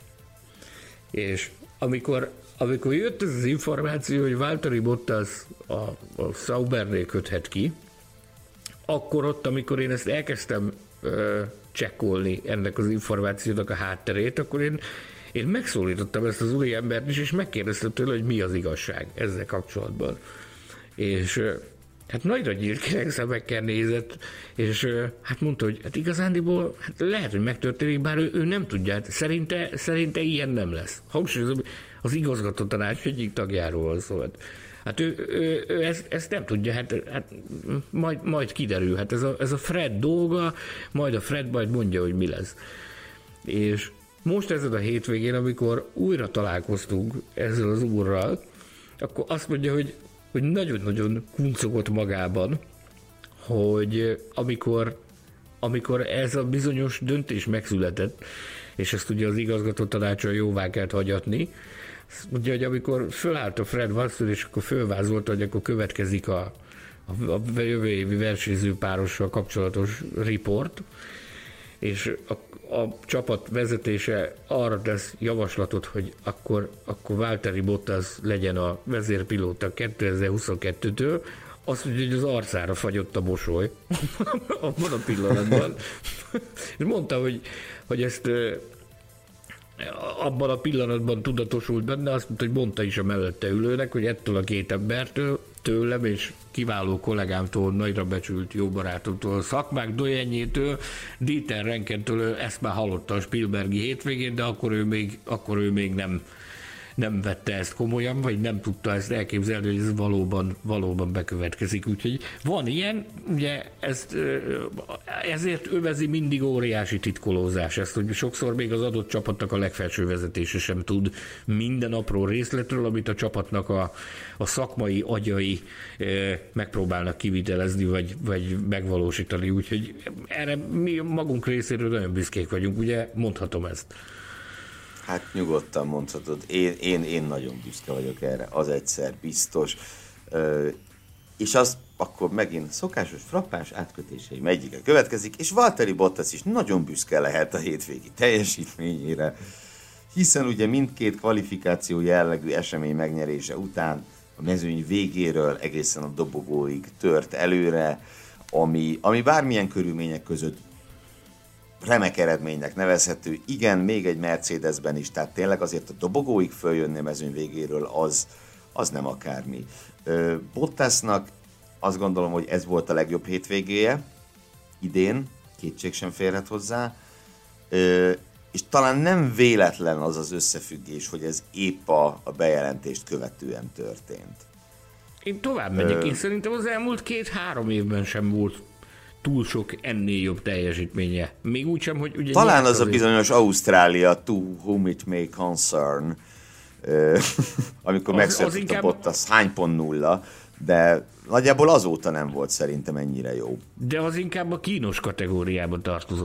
És amikor jött ez az információ, hogy Valtteri Bottas a Saubernél köthet ki, akkor ott, amikor én ezt elkezdtem csekkolni ennek az információnak a hátterét, akkor én megszólítottam ezt az úri embert is, és megkérdeztem tőle, hogy mi az igazság ezzel kapcsolatban. És hát nagyra nyílt kinek szemekkel nézett, és hát mondta, hogy hát igazándiból hát lehet, hogy megtörténik, bár ő nem tudja, hát szerinte ilyen nem lesz. Hangsúlyozom, az igazgató tanács egyik tagjáról szólt. Hát ő ezt nem tudja, hát majd kiderül, hát ez a Fred dolga, majd a Fred majd mondja, hogy mi lesz. És most ezen a hétvégén, amikor újra találkoztunk ezzel az úrral, akkor azt mondja, hogy nagyon-nagyon kuncogott magában, hogy amikor ez a bizonyos döntés megszületett, és ezt ugye az igazgató tanácson jóvá kellett hagyatni, ugye, hogy amikor fölállt a Fred Vasseur, és akkor fölvázolta, hogy akkor következik a jövő évi versenyzőpárossal kapcsolatos riport, és a csapat vezetése arra tesz javaslatot, hogy akkor Valtteri Bottas legyen a vezérpilóta 2022-től, azt mondja, hogy az arcára fagyott a mosoly abban a pillanatban. És mondta, hogy ezt abban a pillanatban tudatosult benne, azt mondta, hogy mondta is a mellette ülőnek, hogy ettől a két embertől, tőlem és kiváló kollégámtól, nagyra becsült jó barátomtól, Szakmák Dojennyétől, Dieter Renkentől, ezt már hallotta a Spielbergi hétvégén, de akkor ő még nem vette ezt komolyan, vagy nem tudta ezt elképzelni, hogy ez valóban bekövetkezik. Úgyhogy van ilyen, ugye ezért övezi mindig óriási titkolózás ezt, hogy sokszor még az adott csapatnak a legfelső vezetése sem tud minden apró részletről, amit a csapatnak a szakmai agyai megpróbálnak kivitelezni, vagy megvalósítani. Úgyhogy erre mi magunk részéről nagyon büszkék vagyunk, ugye mondhatom ezt. Hát nyugodtan mondhatod. Én nagyon büszke vagyok erre, az egyszer biztos. És az akkor megint szokásos frappáns átkötéseim egyike következik, és Valtteri Bottas is nagyon büszke lehet a hétvégi teljesítményére, hiszen ugye mindkét kvalifikáció jellegű esemény megnyerése után a mezőny végéről egészen a dobogóig tört előre, ami bármilyen körülmények között remek eredménynek nevezhető. Igen, még egy Mercedesben is, tehát tényleg azért a dobogóig följönni a mezőny végéről, az nem akármi. Bottasnak azt gondolom, hogy ez volt a legjobb hétvégéje idén, kétség sem férhet hozzá, és talán nem véletlen az az összefüggés, hogy ez épp a bejelentést követően történt. Én tovább megyek, én szerintem az elmúlt 2-3 évben sem volt túl sok ennél jobb teljesítménye. Még úgy sem, hogy ugye... Talán az a bizonyos Ausztrália, to whom it may concern, amikor megszületett a Bottas, hány pont nulla, de nagyjából azóta nem volt szerintem ennyire jó. De az inkább a kínos kategóriába tartozott.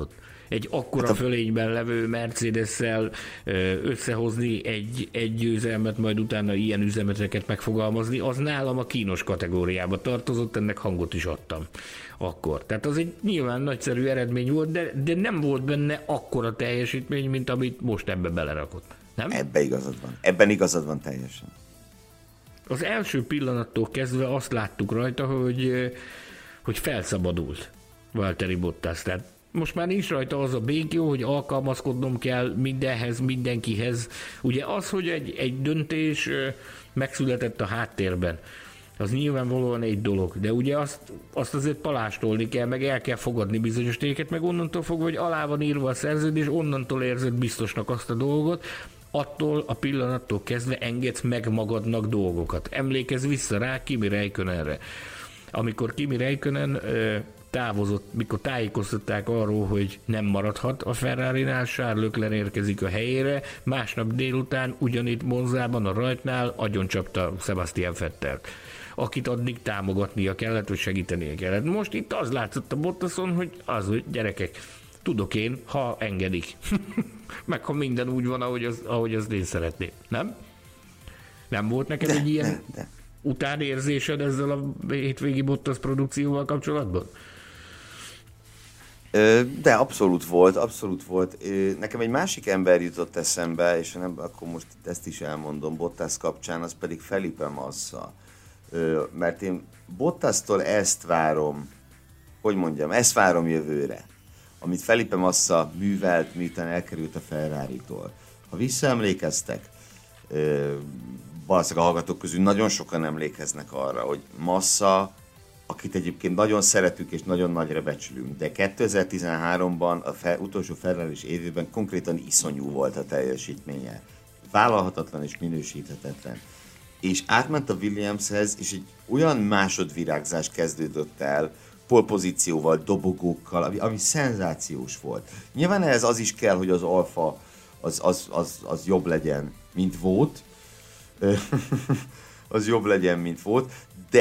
egy akkora fölényben levő Mercedes-szel összehozni egy győzelmet, majd utána ilyen üzemeteket megfogalmazni, az nálam a kínos kategóriába tartozott, ennek hangot is adtam akkor. Tehát az egy nyilván nagyszerű eredmény volt, de nem volt benne akkora teljesítmény, mint amit most ebbe belerakott. Nem? Ebben igazad van teljesen. Az első pillanattól kezdve azt láttuk rajta, hogy felszabadult Valtteri Bottas. Tehát most már nincs rajta az a békjó, hogy alkalmazkodnom kell mindenhez, mindenkihez. Ugye az, hogy egy döntés megszületett a háttérben, az nyilvánvalóan egy dolog, de ugye azt azért palástolni kell, meg el kell fogadni bizonyos téket, meg onnantól fogva, hogy alá van írva a szerződés, onnantól érzed biztosnak azt a dolgot, attól a pillanattól kezdve engedsz meg magadnak dolgokat. Emlékezz vissza rá Kimi Räikkönenre. Amikor Kimi Räikkönen távozott, mikor tájékoztatták arról, hogy nem maradhat a Ferrarinál, Charles Leclerc érkezik a helyére, másnap délután ugyanitt Monzában a rajtnál agyoncsapta Sebastian Vettelt, akit addig támogatnia kellett, vagy segítenie kellett. Most itt az látszott a Bottason, hogy gyerekek, tudok én, ha engedik. Meg ha minden úgy van, ahogy azt én szeretném. Nem? Nem volt neked egy ilyen utánérzésed ezzel a hétvégi Bottas produkcióval kapcsolatban? De abszolút volt. Nekem egy másik ember jutott eszembe, és akkor most ezt is elmondom Bottas kapcsán, az pedig Felipe Massa. Mert én Bottastól ezt várom jövőre, amit Felipe Massa művelt, miután elkerült a Ferraritól. Ha visszaemlékeztek, valószínűleg a hallgatók közül nagyon sokan emlékeznek arra, hogy Massa, akit egyébként nagyon szeretünk és nagyon nagyra becsülünk, de 2013-ban utolsó Ferraris évében konkrétan iszonyú volt a teljesítménye. Vállalhatatlan és minősíthetetlen. És átment a Williamshez, és egy olyan másodvirágzás kezdődött el, polpozícióval, dobogókkal, ami szenzációs volt. Nyilván ehhez az is kell, hogy az Alfa az jobb legyen, mint volt. Az jobb legyen, mint volt,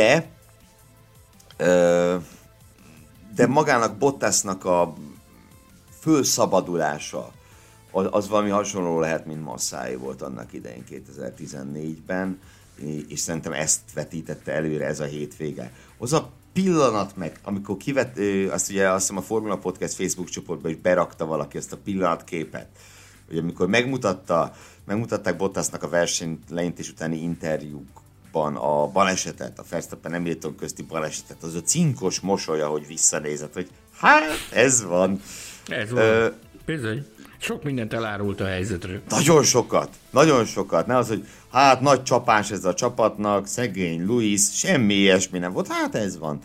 de magának Bottasnak a fölszabadulása az valami hasonló lehet, mint Massáé volt annak idején 2014-ben, és szerintem ezt vetítette előre ez a hétvége. Az a pillanat meg, amikor azt hiszem a Formula Podcast Facebook csoportban is berakta valaki ezt a pillanatképet, hogy amikor megmutatták Bottasnak a verseny lejelentés utáni interjúkban a balesetet, a Verstappen-Hamilton közti balesetet, az a cinkos mosolya, hogy visszanézett, hogy hát ez van. Ez van. Bizony. Sok mindent elárult a helyzetről. Nagyon sokat. Ne az, hogy hát nagy csapás ez a csapatnak, szegény Lewis, semmi ilyesmi nem volt. Hát ez van.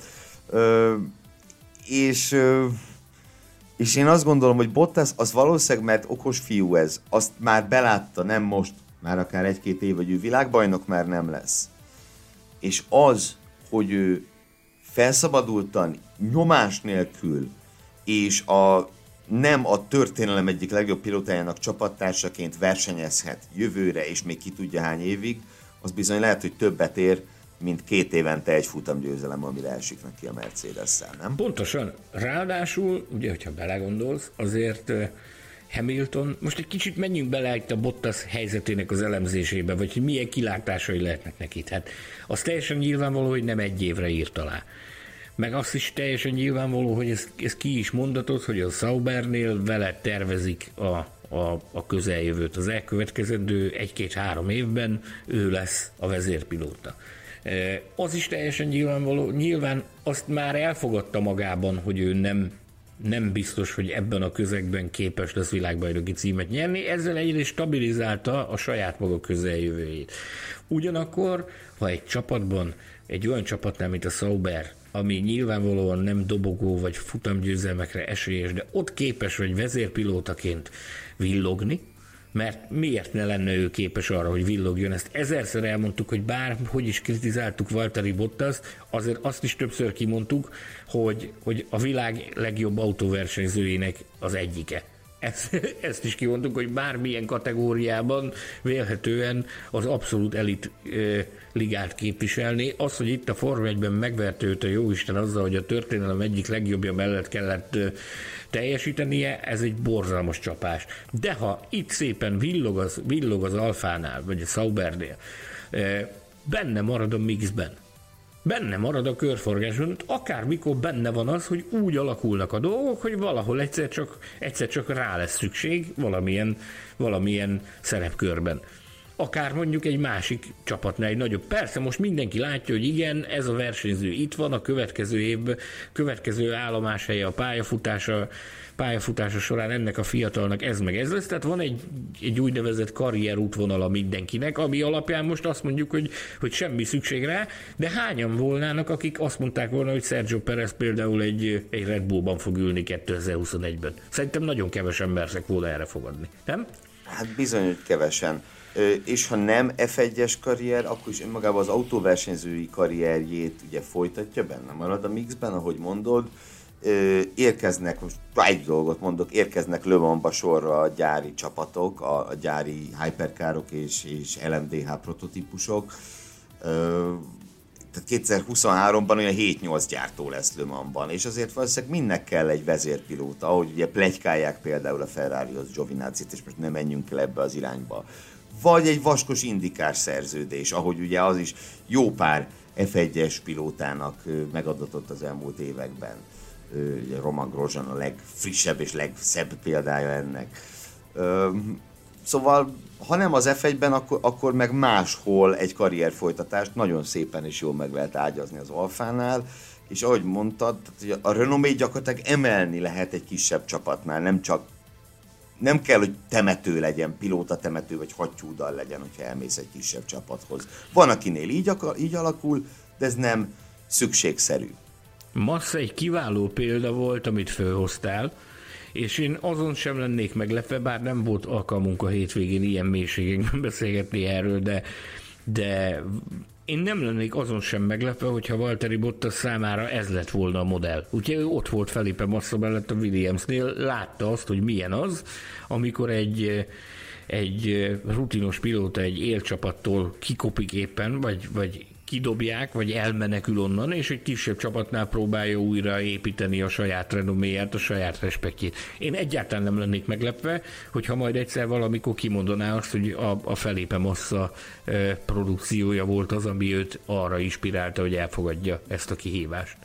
És én azt gondolom, hogy Bottas az valószínűleg, mert okos fiú ez, azt már belátta, nem most, már akár 1-2 év, hogy ő világbajnok már nem lesz. És az, hogy ő felszabadultan, nyomás nélkül, és nem a történelem egyik legjobb pilótájának csapattársaként versenyezhet jövőre, és még ki tudja hány évig, az bizony lehet, hogy többet ér, mint 2 évente egy futamgyőzelem, amire esik neki a Mercedes-szel, nem? Pontosan. Ráadásul, ugye, hogyha belegondolsz, azért Hamilton, most egy kicsit menjünk bele itt a Bottas helyzetének az elemzésébe, vagy hogy milyen kilátásai lehetnek neki. Hát az teljesen nyilvánvaló, hogy nem 1 évre írt alá. Meg azt is teljesen nyilvánvaló, hogy ez ki is mondatott, hogy a Saubernél vele tervezik a közeljövőt. Az elkövetkezendő 1-2-3 évben ő lesz a vezérpilóta. Az is teljesen nyilvánvaló, nyilván azt már elfogadta magában, hogy ő nem biztos, hogy ebben a közegben képes lesz világbajnoki címet nyerni, ezzel egyrészt stabilizálta a saját maga közeljövőjét. Ugyanakkor, ha egy csapatban, egy olyan csapatnál, mint a Sauber, ami nyilvánvalóan nem dobogó vagy futamgyőzelmekre esélyes, de ott képes vagy vezérpilótaként villogni, mert miért ne lenne ő képes arra, hogy villogjon? Ezt 1000-szer elmondtuk, hogy bárhogy is kritizáltuk Valtteri Bottast, azért azt is többször kimondtuk, hogy a világ legjobb autóversenyzőjének az egyike. Ezt is kimondtuk, hogy bármilyen kategóriában vélhetően az abszolút elit ligát képviselni. Az, hogy itt a Forma 1-ben megverte őt a jóisten azzal, hogy a történelem egyik legjobbja mellett kellett teljesítenie, ez egy borzalmas csapás. De ha itt szépen villog az Alfánál, vagy a Saubernél, benne marad a mixben, benne marad a körforgásban, akármikor benne van az, hogy úgy alakulnak a dolgok, hogy valahol egyszer csak rá lesz szükség valamilyen szerepkörben. Akár mondjuk egy másik csapatnál egy nagyobb. Persze most mindenki látja, hogy igen, ez a versenyző itt van, a következő állomáshelye a pályafutása során ennek a fiatalnak ez meg ez lesz, tehát van egy úgynevezett karrierútvonala mindenkinek, ami alapján most azt mondjuk, hogy semmi szükség rá, de hányan volnának, akik azt mondták volna, hogy Sergio Perez például egy Red Bullban fog ülni 2021-ben. Szerintem nagyon kevesen merzek volna erre fogadni, nem? Hát bizony, hogy kevesen. És ha nem F1-es karrier, akkor is önmagában az autóversenyzői karrierjét ugye folytatja, benne marad a mixben, ahogy mondod. Érkeznek, most egy dolgot mondok, érkeznek Le Mansba sorra a gyári csapatok, a gyári hypercarok és LMDH prototípusok. Tehát 2023-ban olyan 7-8 gyártó lesz Le Mansban, és azért valószínűleg mindnek kell egy vezérpilóta, ahogy ugye pletykálják például a Ferrarihoz Giovinazzi-t, és most nem menjünk el ebbe az irányba. Vagy egy vaskos indikás szerződés, ahogy ugye az is jó pár F1-es pilótának megadatott az elmúlt években. Ugye Romain Grosjean a legfrissebb és legszebb példája ennek. Szóval, ha nem az F1-ben, akkor meg máshol egy karrierfolytatást nagyon szépen és jól meg lehet ágyazni az Alfánál, és ahogy mondtad, a renomét gyakorlatilag emelni lehet egy kisebb csapatnál, nem kell, hogy temető legyen, pilóta temető, vagy hattyúdal legyen, hogyha elmész egy kisebb csapathoz. Van, akinél így alakul, de ez nem szükségszerű. Massa egy kiváló példa volt, amit fölhoztál, és én azon sem lennék meglepve, bár nem volt alkalmunk a hétvégén ilyen mélységekben beszélgetni erről, de én nem lennék azon sem meglepve, hogyha Valtteri Bottas számára ez lett volna a modell. Úgyhogy ő ott volt Felipe Massa mellett a Williamsnél, látta azt, hogy milyen az, amikor egy rutinos pilóta egy élcsapattól kikopik éppen, vagy kidobják, vagy elmenekül onnan, és egy kisebb csapatnál próbálja újra építeni a saját renoméját, a saját respektjét. Én egyáltalán nem lennék meglepve, hogyha majd egyszer valamikor kimondaná azt, hogy a Felipe Massa produkciója volt az, ami őt arra inspirálta, hogy elfogadja ezt a kihívást.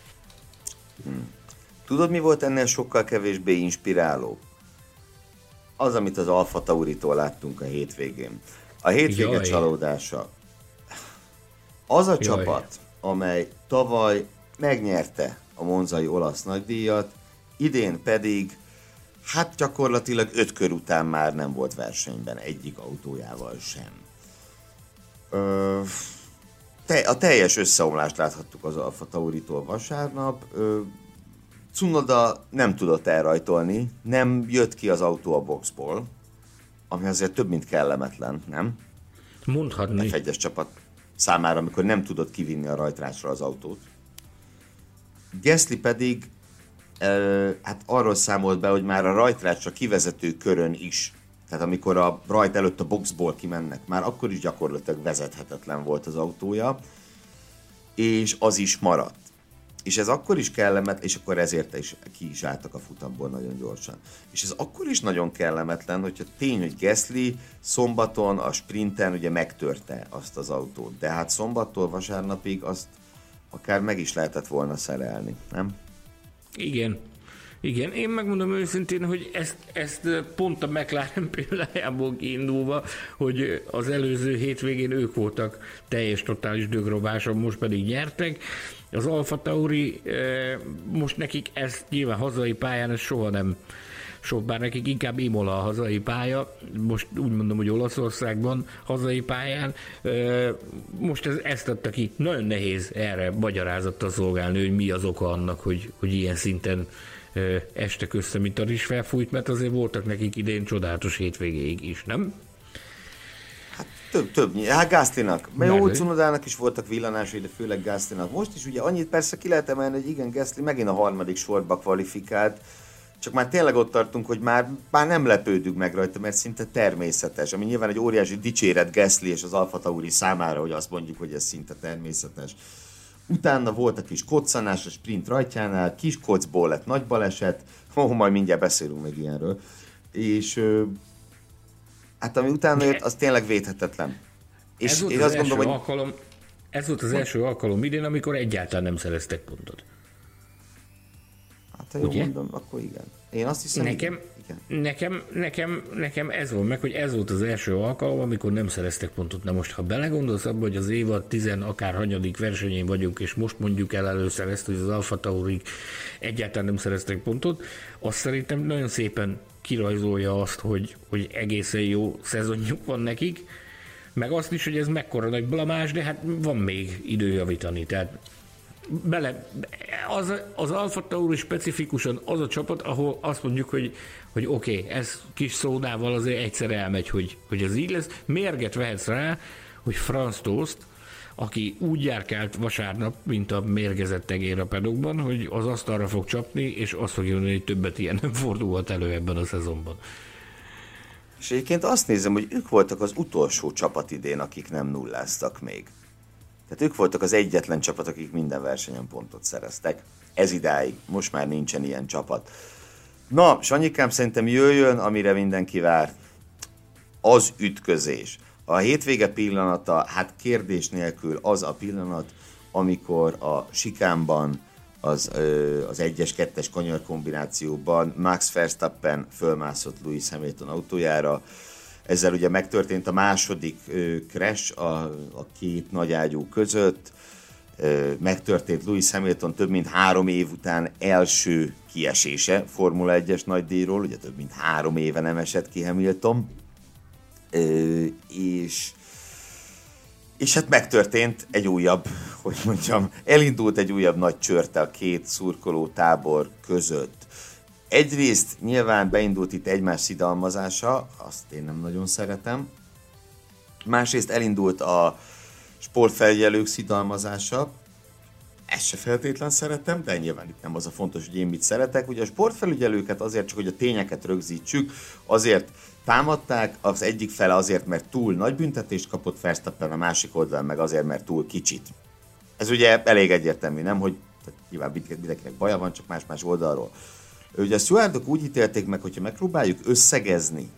Tudod, mi volt ennél sokkal kevésbé inspiráló? Az, amit az Alfa Tauritól láttunk a hétvégén. A hétvége csalódása. Az a csapat, amely tavaly megnyerte a monzai olasz nagydíjat, idén pedig, hát gyakorlatilag 5 kör után már nem volt versenyben egyik autójával sem. A teljes összeomlást láthattuk az Alfa Tauritól vasárnap. Tsunoda nem tudott elrajtolni, nem jött ki az autó a boxból, ami azért több, mint kellemetlen, nem? Mondhatni. F1-es csapat számára, amikor nem tudott kivinni a rajtrácsra az autót. Gasly pedig hát arról számolt be, hogy már a rajtrácsra kivezető körön is, tehát amikor a rajt előtt a boxból kimennek, már akkor is gyakorlatilag vezethetetlen volt az autója, és az is maradt. És ez akkor is kellemetlen, és akkor ezért ki is álltak a futamból nagyon gyorsan. És ez akkor is nagyon kellemetlen, hogyha tény, hogy Gasly szombaton a sprinten ugye megtörte azt az autót. De hát szombattól vasárnapig azt akár meg is lehetett volna szerelni, nem? Igen, én megmondom őszintén, hogy ezt pont a McLaren példájából kiindulva, hogy az előző hétvégén ők voltak teljes totális dögrobáson, most pedig nyertek. Az Alfa Tauri, most nekik ez nyilván hazai pályán, ez soha nem bár nekik inkább Imola a hazai pálya, most úgy mondom, hogy Olaszországban hazai pályán, most ezt adta ki, nagyon nehéz erre magyarázattal szolgálni, hogy mi az oka annak, hogy ilyen szinten estek össze, mint a rizs felfújt, mert azért voltak nekik idén csodálatos hétvégéig is, nem? Hát több. Hát Gaslynak. Mert jó, Tsunodának is voltak villanásai, de főleg Gaslynak. Most is ugye annyit persze ki lehet emelni, hogy igen, Gasly megint a harmadik sorba kvalifikált, csak már tényleg ott tartunk, hogy már nem lepődünk meg rajta, mert szinte természetes. Ami nyilván egy óriási dicséret Gasly és az Alfa Tauri számára, hogy azt mondjuk, hogy ez szinte természetes. Utána volt a kis koccanás a sprint rajtjánál, kis kocból lett nagy baleset, majd mindjárt beszélünk meg ilyenről. És hát ami utána jött, az tényleg védhetetlen. És én azt gondolom, hogy... Ez volt az első alkalom idén, amikor egyáltalán nem szereztek pontot. Hát ha jól mondom, akkor igen. Én azt hiszem, nekem ez volt meg, hogy ez volt az első alkalom, amikor nem szereztek pontot. Na most, ha belegondolsz abba, hogy az évad 10 akárhanyadik versenyén vagyunk, és most mondjuk el először ezt, hogy az Alfa Tauri egyáltalán nem szereztek pontot, azt szerintem nagyon szépen kirajzolja azt, hogy egészen jó szezonjuk van nekik, meg azt is, hogy ez mekkora nagy blamás, de hát van még idő javítani. Tehát az Alfa Tauri specifikusan az a csapat, ahol azt mondjuk, hogy oké, ez kis szódával azért egyszer elmegy, hogy ez így lesz. Mérget vehetsz rá, hogy Franz Tost, aki úgy járkált vasárnap, mint a mérgezett egér a pedokban, hogy az asztalra fog csapni, és azt fogja mondani, hogy többet ilyen nem fordulhat elő ebben a szezonban. És egyébként azt nézem, hogy ők voltak az utolsó csapat idén, akik nem nulláztak még. Tehát ők voltak az egyetlen csapat, akik minden versenyen pontot szereztek. Ez idáig. Most már nincsen ilyen csapat. Na, Sanyikám, szerintem jöjjön, amire mindenki vár. Az ütközés. A hétvége pillanata, hát kérdés nélkül az a pillanat, amikor a sikánban, az 1-es, 2-es kanyar kombinációban Max Verstappen fölmászott Lewis Hamilton autójára. Ezzel ugye megtörtént a második crash a két nagyágyú között. Megtörtént Lewis Hamilton több mint 3 év után első kiesése Formula 1-es nagydíjról, ugye több mint 3 éve nem esett ki Hamilton. És hát megtörtént egy újabb, hogy mondjam, elindult egy újabb nagy csörte a két szurkoló tábor között. Egyrészt nyilván beindult itt egymás szidalmazása, azt én nem nagyon szeretem. Másrészt elindult a sportfelügyelők szidalmazása, ezt se feltétlen szeretem, de nyilván itt nem az a fontos, hogy én mit szeretek. Ugye a sportfelügyelőket azért csak, hogy a tényeket rögzítsük, azért támadták, az egyik fele azért, mert túl nagy büntetést kapott Verstappen, a másik oldalon meg azért, mert túl kicsit. Ez ugye elég egyértelmű, nem? Hogy nyilván mindenkinek baja van, csak más-más oldalról. Ugye a stewardok úgy ítélték meg, hogyha megpróbáljuk összegezni,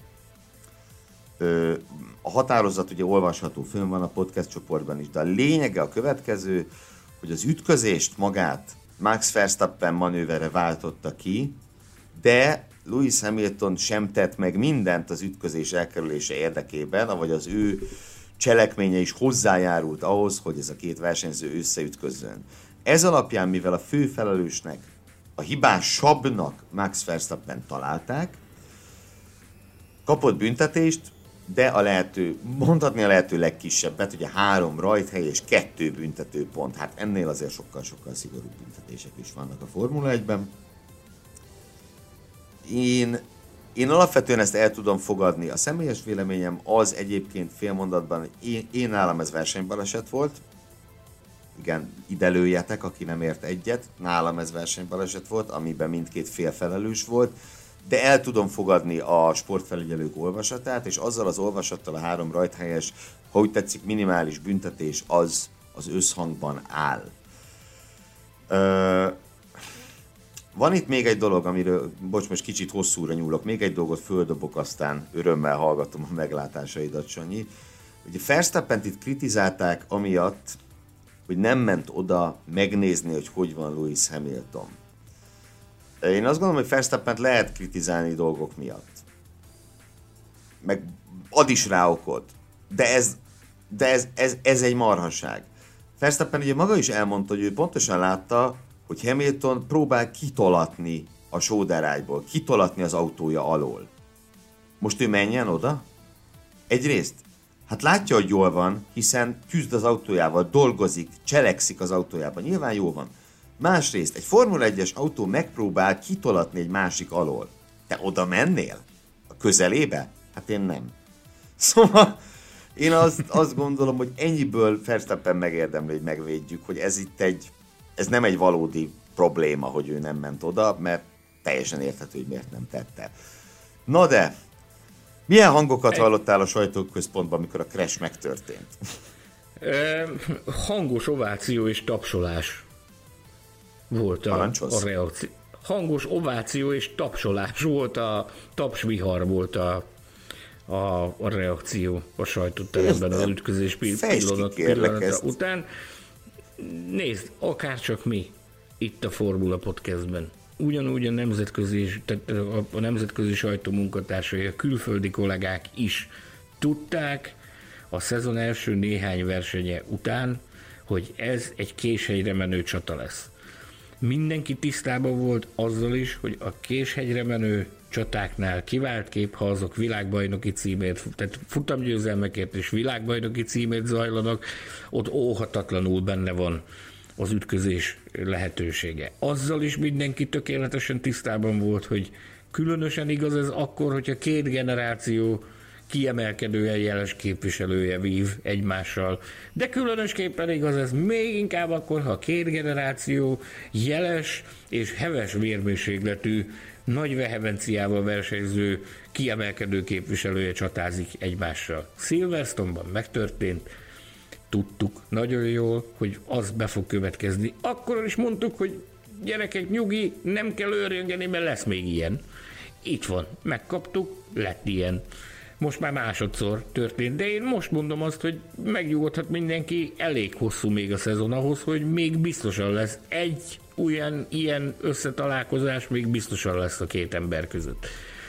a határozat ugye olvasható, fönn van a podcast csoportban is, de a lényege a következő, hogy az ütközést magát Max Verstappen manővere váltotta ki, de Lewis Hamilton sem tett meg mindent az ütközés elkerülése érdekében, vagy az ő cselekménye is hozzájárult ahhoz, hogy ez a két versenyző összeütközzön. Ez alapján, mivel a főfelelősnek, a hibásabbnak Max Verstappen találták, kapott büntetést, de mondhatni a lehető legkisebbet, ugye 3 rajthely és 2 büntetőpont. Hát ennél azért sokkal-sokkal szigorúbb büntetések is vannak a Formula 1-ben. Én alapvetően ezt el tudom fogadni. A személyes véleményem az egyébként félmondatban, én nálam ez versenybaleset volt. Igen, ide lőjetek, aki nem ért egyet. Nálam ez versenybaleset volt, amiben mindkét fél felelős volt. De el tudom fogadni a sportfelügyelők olvasatát, és azzal az olvasattal a 3 rajthelyes, ha úgy tetszik, minimális büntetés az összhangban áll. Van itt még egy dolog, amiről, most kicsit hosszúra nyúlok, még egy dolgot földobok, aztán örömmel hallgatom a meglátásaidat, Sanyi. Ugye Verstappent itt kritizálták amiatt, hogy nem ment oda megnézni, hogy van Lewis Hamilton. Én azt gondolom, hogy Verstappent lehet kritizálni dolgok miatt. Meg ad is rá okot. De ez egy marhaság. Verstappen ugye maga is elmondta, hogy ő pontosan látta, hogy Hamilton próbál kitolatni a sóderágyból, kitolatni az autója alól. Most ő menjen oda? Egyrészt, hát látja, hogy jól van, hiszen küzd az autójával, dolgozik, cselekszik az autójában, nyilván jól van. Másrészt, egy Formula 1-es autó megpróbál kitolatni egy másik alól. Te oda mennél? A közelébe? Hát én nem. Szóval én azt gondolom, hogy ennyiből Verstappen megérdemli, hogy megvédjük, hogy ez nem egy valódi probléma, hogy ő nem ment oda, mert teljesen érthető, hogy miért nem tette. Na de, milyen hangokat hallottál a sajtóközpontban, amikor a crash megtörtént? Hangos ováció és tapsolás volt a reakció. Hangos ováció és tapsolás volt, tapsvihar volt a reakció a sajtóteremben az ütközés pillanata után. Nézd, akárcsak mi itt a Formula Podcastben. Ugyanúgy a nemzetközi sajtó munkatársai, a külföldi kollégák is tudták a szezon első néhány versenye után, hogy ez egy késhegyre menő csata lesz. Mindenki tisztában volt azzal is, hogy a késhegyre menő csatáknál kivált kép, ha azok világbajnoki címért, tehát futamgyőzelmekért és világbajnoki címért zajlanak, ott óhatatlanul benne van az ütközés lehetősége. Azzal is mindenki tökéletesen tisztában volt, hogy különösen igaz ez akkor, hogyha két generáció kiemelkedően jeles képviselője vív egymással, de különösképpen igaz ez még inkább akkor, ha két generáció jeles és heves vérmérsékletű, nagy vehemenciával versenyző kiemelkedő képviselője csatázik egymással. Silverstone-ban megtörtént, tudtuk nagyon jól, hogy az be fog következni. Akkor is mondtuk, hogy gyerekek, nyugi, nem kell őrjöngeni, mert lesz még ilyen. Itt van, megkaptuk, lett ilyen. Most már másodszor történt, de én most mondom azt, hogy megnyugodhat mindenki, elég hosszú még a szezon ahhoz, hogy még biztosan lesz egy ilyen összetalálkozás, még biztosan lesz a két ember között.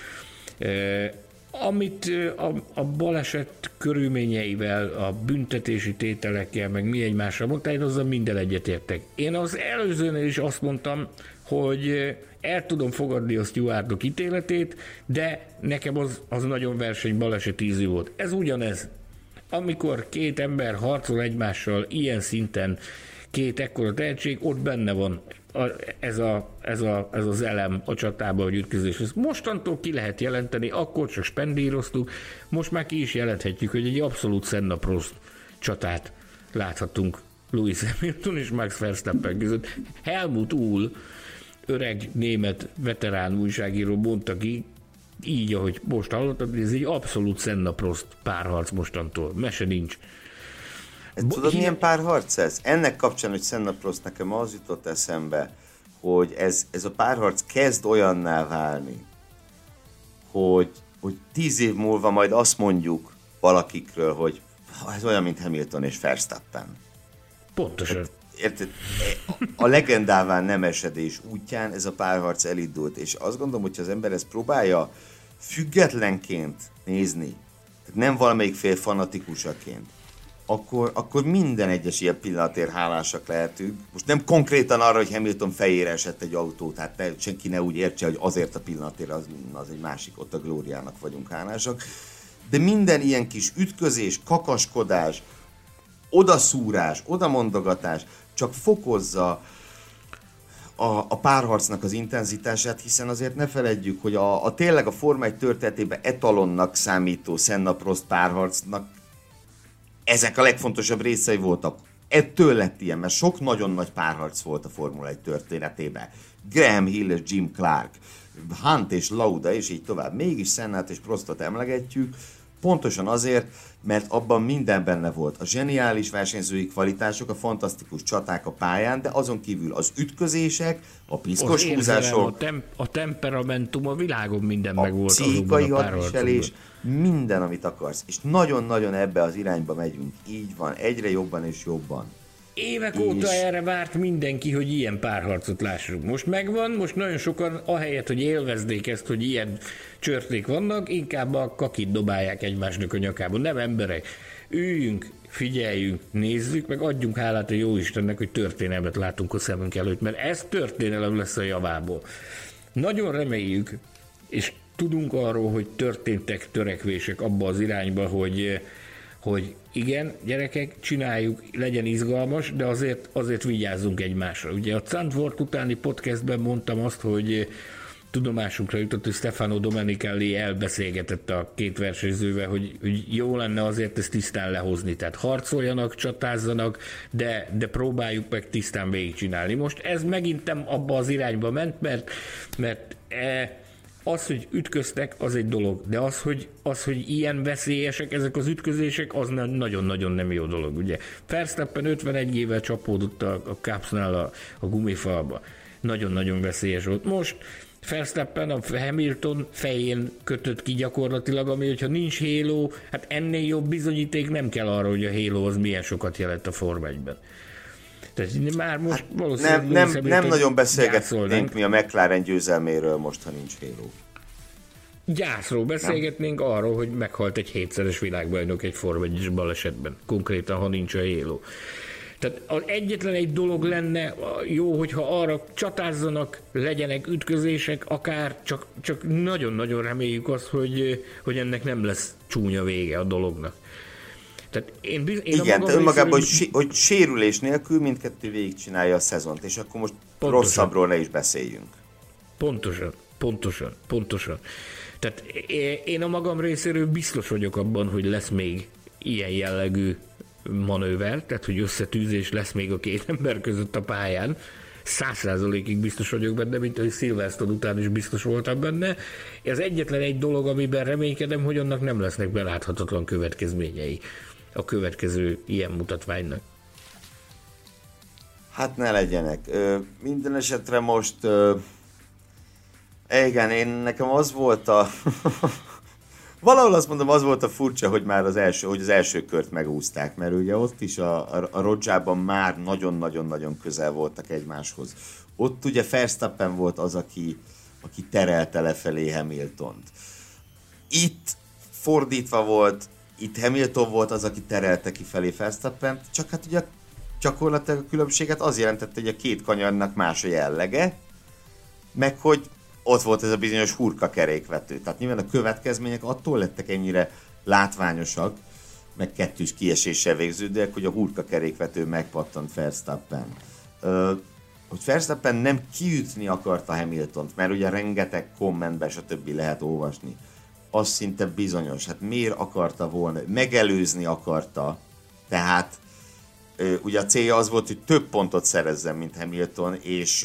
Amit a baleset körülményeivel, a büntetési tételekkel, meg mi egymásra mondta, én azzal minden egyetértek. Én az előzőnél is azt mondtam, hogy el tudom fogadni a Stewardok ítéletét, de nekem az nagyon balesetízű volt. Ez ugyanez. Amikor két ember harcol egymással ilyen szinten, két ekkora tehetség, ott benne van ez az elem a csatában, hogy ütközés. Mostantól ki lehet jelenteni, akkor csak spendíroztuk, most már ki is jelenthetjük, hogy egy abszolút Senna Prost csatát láthatunk Lewis Hamilton és Max Verstappen között. Helmut Uhl, öreg német veterán újságíró mondta ki, így, ahogy most hallottad, hogy ez egy abszolút Senna Prost párharc mostantól. Mese nincs. Tudod, milyen párharc ez? Ennek kapcsán, hogy Senna Prost, nekem az jutott eszembe, hogy ez a párharc kezd olyanná válni, hogy 10 év múlva majd azt mondjuk valakikről, hogy ez olyan, mint Hamilton és Verstappen. Pontosan. Érted? A legendává nem esedés útján ez a párharc elindult, és azt gondolom, hogyha az ember ezt próbálja függetlenként nézni, tehát nem valamelyik fél fanatikusaként, akkor minden egyes ilyen pillanatért hálásak lehetünk. Most nem konkrétan arra, hogy Hamilton fejére esett egy autó, tehát senki ne úgy értse, hogy azért a pillanatért az egy másik, ott a glóriának vagyunk hálásak. De minden ilyen kis ütközés, kakaskodás, odaszúrás, odamondogatás csak fokozza a párharcnak az intenzitását, hiszen azért ne feledjük, hogy tényleg a Forma 1 történetében etalonnak számító Senna Prost párharcnak ezek a legfontosabb részei voltak. Ettől lett ilyen, mert sok nagyon nagy párharc volt a Formula 1 történetében. Graham Hill és Jim Clark, Hunt és Lauda, és így tovább. Mégis Sennát és Prostot emlegetjük, pontosan azért, mert abban minden benne volt. A zseniális versenyzői kvalitások, a fantasztikus csaták a pályán, de azon kívül az ütközések, a piszkos húzások, a temperamentum, a világon minden meg volt. A pszichikai hadviselés, minden, amit akarsz. És nagyon-nagyon ebbe az irányba megyünk. Így van, egyre jobban és jobban. Évek óta erre várt mindenki, hogy ilyen párharcot lássunk. Most megvan, most nagyon sokan ahelyett, hogy élvezdék ezt, hogy ilyen csörték vannak, inkább a kakit dobálják egymásnak a nyakába. Nem emberek. Üljünk, figyeljünk, nézzük, meg adjunk hálát a Jóistennek, hogy történelmet látunk a szemünk előtt, mert ez történelem lesz a javából. Nagyon reméljük, és tudunk arról, hogy történtek törekvések abba az irányba, hogy igen, gyerekek, csináljuk, legyen izgalmas, de azért vigyázzunk egymásra. Ugye a Zandvoort utáni podcastben mondtam azt, hogy tudomásunkra jutott, hogy Stefano Domenicali elbeszélgetett a két versenyzővel, hogy jó lenne azért ezt tisztán lehozni, tehát harcoljanak, csatázzanak, de próbáljuk meg tisztán végigcsinálni. Most ez megint nem abba az irányba ment, mert az, hogy ütköztek, az egy dolog, de az, hogy ilyen veszélyesek ezek az ütközések, az nagyon-nagyon nem jó dolog, ugye. Verstappen 51 évvel csapódott a Cupsnál a gumifalba. Nagyon-nagyon veszélyes volt. Most Verstappen a Hamilton fején kötött ki gyakorlatilag, ami, hogyha nincs halo, hát ennél jobb bizonyíték nem kell arra, hogy a halo az milyen sokat jelent a Forma 1-ben. Tehát már most valószínűleg nem nagyon beszélgetnénk mi a McLaren győzelméről most, ha nincs halo. Gyászról beszélgetnénk arról, hogy meghalt egy 7-szeres világbajnok egy Forma 1-es balesetben, konkrétan, ha nincs a halo. Tehát az egyetlen egy dolog lenne jó, hogyha arra csatázzanak, legyenek ütközések, akár csak nagyon-nagyon reméljük azt, hogy ennek nem lesz csúnya vége a dolognak. Tehát én igen, önmagában, hogy sérülés nélkül mindkettő végigcsinálja a szezont, és akkor most rosszabbról ne is beszéljünk. Pontosan. Tehát én a magam részéről biztos vagyok abban, hogy lesz még ilyen jellegű manőver, tehát hogy összetűzés lesz még a két ember között a pályán. 100%-ig biztos vagyok benne, mint ahogy Silverstone után is biztos voltam benne. Ez egyetlen egy dolog, amiben reménykedem, hogy annak nem lesznek beláthatatlan következményei a következő ilyen mutatványnak. Hát ne legyenek. Minden esetre most igen, nekem az volt valahol azt mondom, az volt a furcsa, hogy már az első kört megúzták, mert ugye ott is a Rodzsában már nagyon-nagyon-nagyon közel voltak egymáshoz. Ott ugye Verstappen volt az, aki terelte lefelé Hamiltont. Itt fordítva volt, itt Hamilton volt az, aki terelte kifelé Verstappent, csak hát ugye gyakorlatilag a különbséget az jelentette, hogy a két kanyarnak más a jellege, meg hogy ott volt ez a bizonyos hurkakerékvető. Tehát nyilván a következmények attól lettek ennyire látványosak, meg kettős kieséssel végződőek, hogy a hurkakerékvető megpattant Verstappen. Hogy Verstappen nem kiütni akarta Hamiltont, mert ugye rengeteg kommentben stb. Lehet olvasni. Az szinte bizonyos. Hát miért akarta volna? Megelőzni akarta. Tehát ugye a célja az volt, hogy több pontot szerezzen, mint Hamilton,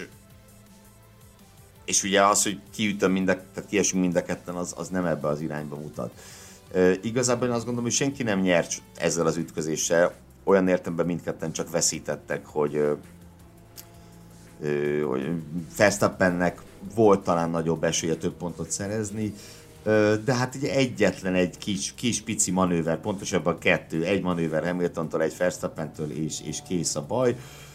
és ugye az, hogy tehát kiesünk mind a ketten, az nem ebbe az irányba mutat. Igazából én azt gondolom, hogy senki nem nyert ezzel az ütközéssel, olyan értelemben mindketten csak veszítettek, hogy Verstappennek volt talán nagyobb esélye több pontot szerezni, de hát ugye egyetlen egy kis pici manőver, pontosabban egy manőver Hamiltontól, egy Verstappentől, és kész a baj.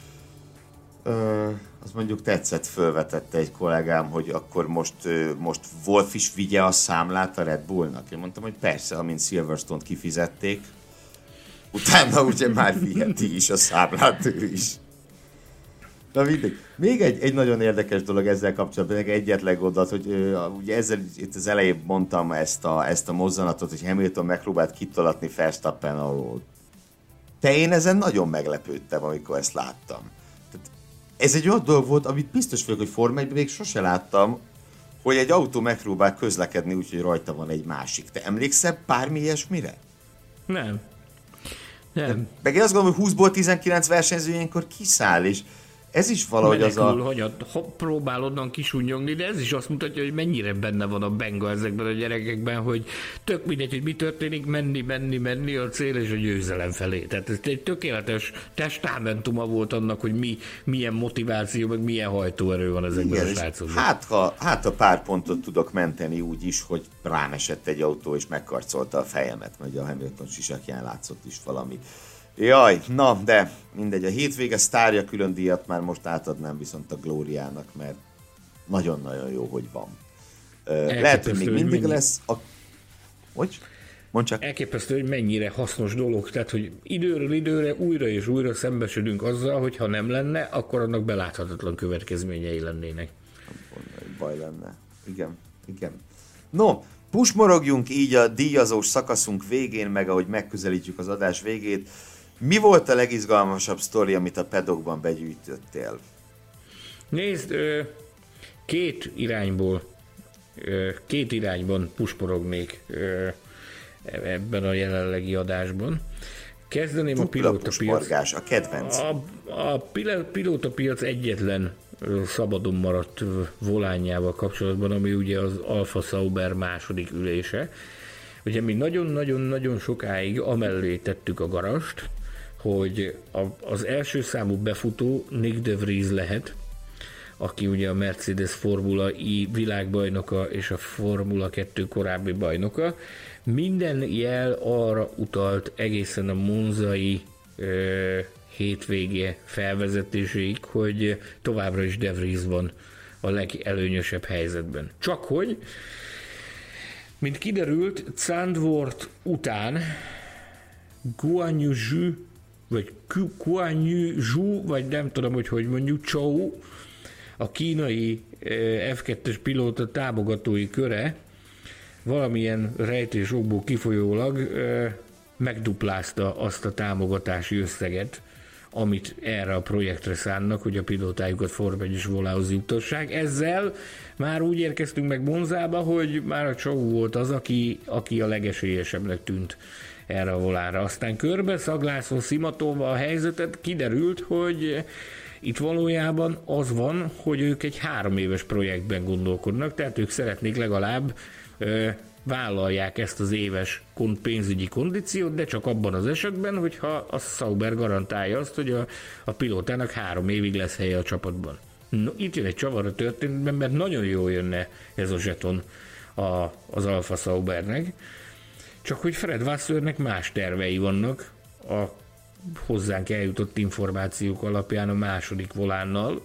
Az mondjuk tetszett, fölvetette egy kollégám, hogy akkor most Wolff is vigye a számlát a Red Bullnak. Én mondtam, hogy persze, amint Silverstone-t kifizették, utána ugye már viheti is a számlát ő is. Na mindegy. Még egy nagyon érdekes dolog ezzel kapcsolatban, egyetlen gondolat, hogy ugye ezzel itt az elején mondtam ezt a mozzanatot, hogy Hamilton megpróbált kitolatni Verstappen alól. Én ezen nagyon meglepődtem, amikor ezt láttam. Ez egy olyan dolog volt, amit biztos vagyok, hogy Forma 1-ben még sose láttam, hogy egy autó megpróbál közlekedni úgy, hogy rajta van egy másik. Te emlékszel bármi ilyesmire? Nem. Meg én azt gondolom, hogy 20-ból 19 versenyző ilyenkor kiszáll, és ez is valahogy menekül, próbál onnan kisúnyogni, de ez is azt mutatja, hogy mennyire benne van a benga ezekben a gyerekekben, hogy tök mindegy, hogy mi történik, menni a cél és a győzelem felé. Tehát ez egy tökéletes testámentuma volt annak, hogy milyen motiváció, meg milyen hajtóerő van ezekben a srácokban. Hát ha pár pontot tudok menteni úgy is, hogy rám esett egy autó és megkarcolta a fejemet, mert a Hamilton sisakján látszott is valami. Jaj, na, de mindegy, a hétvége sztárja külön díjat már most átadnám viszont a Glóriának, mert nagyon-nagyon jó, hogy van. Lehet, hogy még mindig lesz a... Hogy? Mondd csak. Elképesztő, hogy mennyire hasznos dolog, tehát, hogy időről időre újra és újra szembesülünk azzal, hogy ha nem lenne, akkor annak beláthatatlan következményei lennének. Baj lenne. Igen. No, pusmorogjunk így a díjazós szakaszunk végén, meg ahogy megközelítjük az adás végét. Mi volt a legizgalmasabb sztori, amit a pedokban begyűjtöttél? Nézd, két irányból két irányban pusporognék ebben a jelenlegi adásban. Kezdeném a pilótapiac. A kedvenc. A pilótapiac egyetlen szabadon maradt volánjával kapcsolatban, ami ugye az Alfa Sauber második ülése. Ugye mi nagyon-nagyon-nagyon sokáig amellé tettük a garast, hogy az első számú befutó Nick de Vries lehet, aki ugye a Mercedes Formula I világbajnoka és a Formula 2 korábbi bajnoka. Minden jel arra utalt egészen a monzai hétvége felvezetéséig, hogy továbbra is De Vries van a legelőnyösebb helyzetben. Csak hogy, mint kiderült, Zandvoort után Guan Yu Zhu, vagy nem tudom, hogy mondjuk, Zhou, a kínai F2-es pilóta támogatói köre valamilyen rejtés okból kifolyólag megduplázta azt a támogatási összeget, amit erre a projektre szánnak, hogy a pilótájukat Form 1-es volához juttassák. Ezzel már úgy érkeztünk meg Monzába, hogy már a Zhou volt az, aki a legesélyesebbnek tűnt erre a volára. Aztán körbe szaglászon szimatolva a helyzetet, kiderült, hogy itt valójában az van, hogy ők egy 3 éves projektben gondolkodnak, tehát ők szeretnék legalább vállalják ezt az éves pénzügyi kondíciót, de csak abban az esetben, hogyha a Sauber garantálja azt, hogy a pilótának 3 évig lesz helye a csapatban. No, itt jön egy csavar a történetben, mert nagyon jól jönne ez a zseton az Alfa Saubernek, csak hogy Fred Vasseurnek más tervei vannak a hozzánk eljutott információk alapján a második volánnal,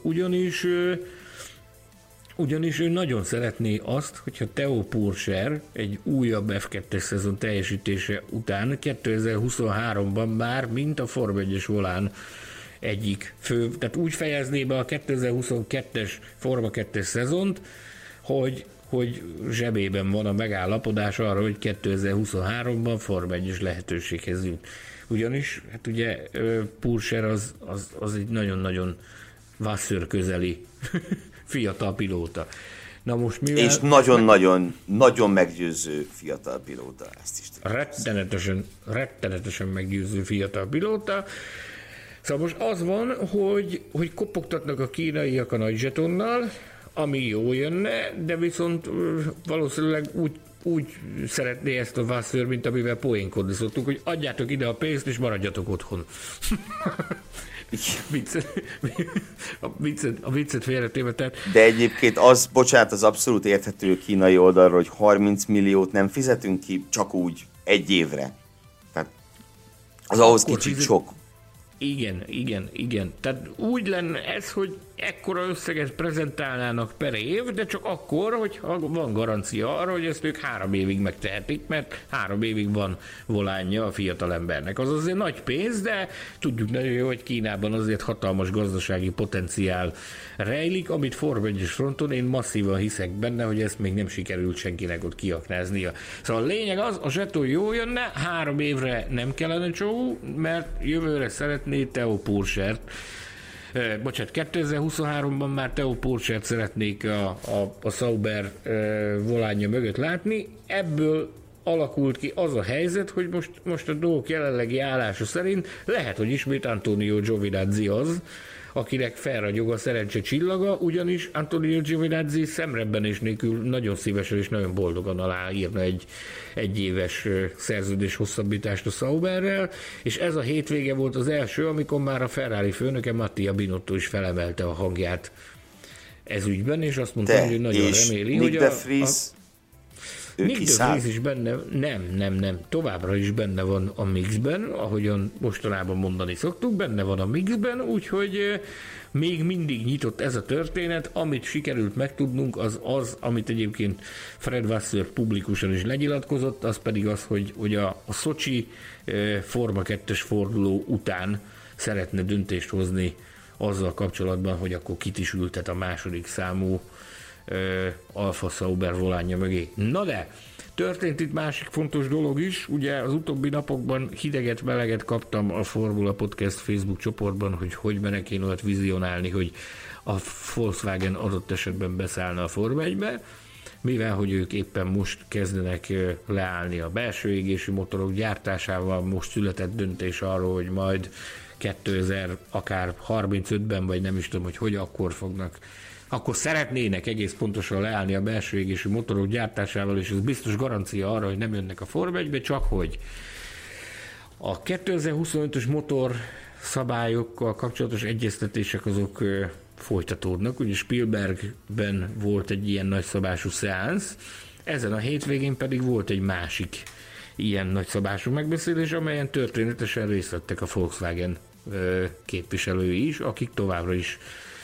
ugyanis ő nagyon szeretné azt, hogyha Theo Pourchaire egy újabb F2-es szezon teljesítése után 2023-ban már, mint a Form 1-es volán egyik fő, tehát úgy fejezné be a 2022-es Forma 2-es szezont, hogy zsebében van a megállapodás arra, hogy 2023-ban Form 1-es lehetőséghez jut. Ugyanis, hát ugye Pourchaire az egy nagyon-nagyon Vasseur közeli fiatal pilóta. Na most mivel... És nagyon meggyőző fiatal pilóta, ezt is rettenetesen meggyőző fiatal pilóta. Szóval most az van, hogy kopogtatnak a kínaiak a nagy zsetonnal, ami jó jönne, de viszont valószínűleg úgy szeretné ezt a Vasseur, mint amivel poénkodni szoktunk, hogy adjátok ide a pénzt, és maradjatok otthon. A viccet félretéve. De egyébként az abszolút érthető kínai oldalról, hogy 30 milliót nem fizetünk ki, csak úgy egy évre. Tehát az ahhoz kicsit sok. Igen. Tehát úgy lenne ez, hogy ekkora összeget prezentálnának per év, de csak akkor, hogyha van garancia arra, hogy ezt ők 3 évig megtehetik, mert 3 évig van volánja a fiatalembernek. Az azért nagy pénz, de tudjuk nagyon jó, hogy Kínában azért hatalmas gazdasági potenciál rejlik, amit Form 1-es fronton én masszívan hiszek benne, hogy ezt még nem sikerült senkinek ott kiaknáznia. Szóval a lényeg az, a zseton jó jönne, 3 évre nem kellene Zhou, mert jövőre szeretné Theo Pourchaire-t. 2023-ban már Theo Pourchaire-t szeretnék a Sauber volánja mögött látni. Ebből alakult ki az a helyzet, hogy most a dolgok jelenlegi állása szerint lehet, hogy ismét Antonio Giovinazzi az, akinek felragyog a szerencse csillaga, ugyanis Antonio Giovinazzi szemrebbenés nélkül nagyon szívesen és nagyon boldogan aláírna egy éves szerződés hosszabbítást a Sauberrel, és ez a hétvége volt az első, amikor már a Ferrari főnöke Mattia Binotto is felemelte a hangját ez ügyben, és azt mondta, hogy nagyon reméli, Nick hogy de Vries Nick de Vries is benne, nem, továbbra is benne van a mixben, ahogyan mostanában mondani szoktuk, benne van a mixben, úgyhogy még mindig nyitott ez a történet, amit sikerült megtudnunk, az, amit egyébként Fred Vasseur publikusan is lenyilatkozott, az pedig az, hogy a Szocsi Forma 2-es forduló után szeretne döntést hozni azzal kapcsolatban, hogy akkor kit is ültet a második számú Alfa Sauber volánja mögé. Na de, történt itt másik fontos dolog is, ugye az utóbbi napokban hideget-meleget kaptam a Formula Podcast Facebook csoportban, hogy benne én olyat vizionálni, hogy a Volkswagen adott esetben beszállna a Forma 1-be. mivel hogy ők éppen most kezdenek leállni a belső égésű motorok gyártásával, most született döntés arról, hogy majd 2000 akár 35-ben, vagy nem is tudom, hogy akkor szeretnének egész pontosan leállni a belső égésű motorok gyártásával, és ez biztos garancia arra, hogy nem jönnek a Forma 1-be, csak hogy a 2025-ös motor szabályokkal kapcsolatos egyeztetések azok folytatódnak. Ugye Spielbergben volt egy ilyen nagyszabású szeánsz, ezen a hétvégén pedig volt egy másik ilyen nagyszabású megbeszélés, amelyen történetesen részt vettek a Volkswagen képviselői is, akik továbbra is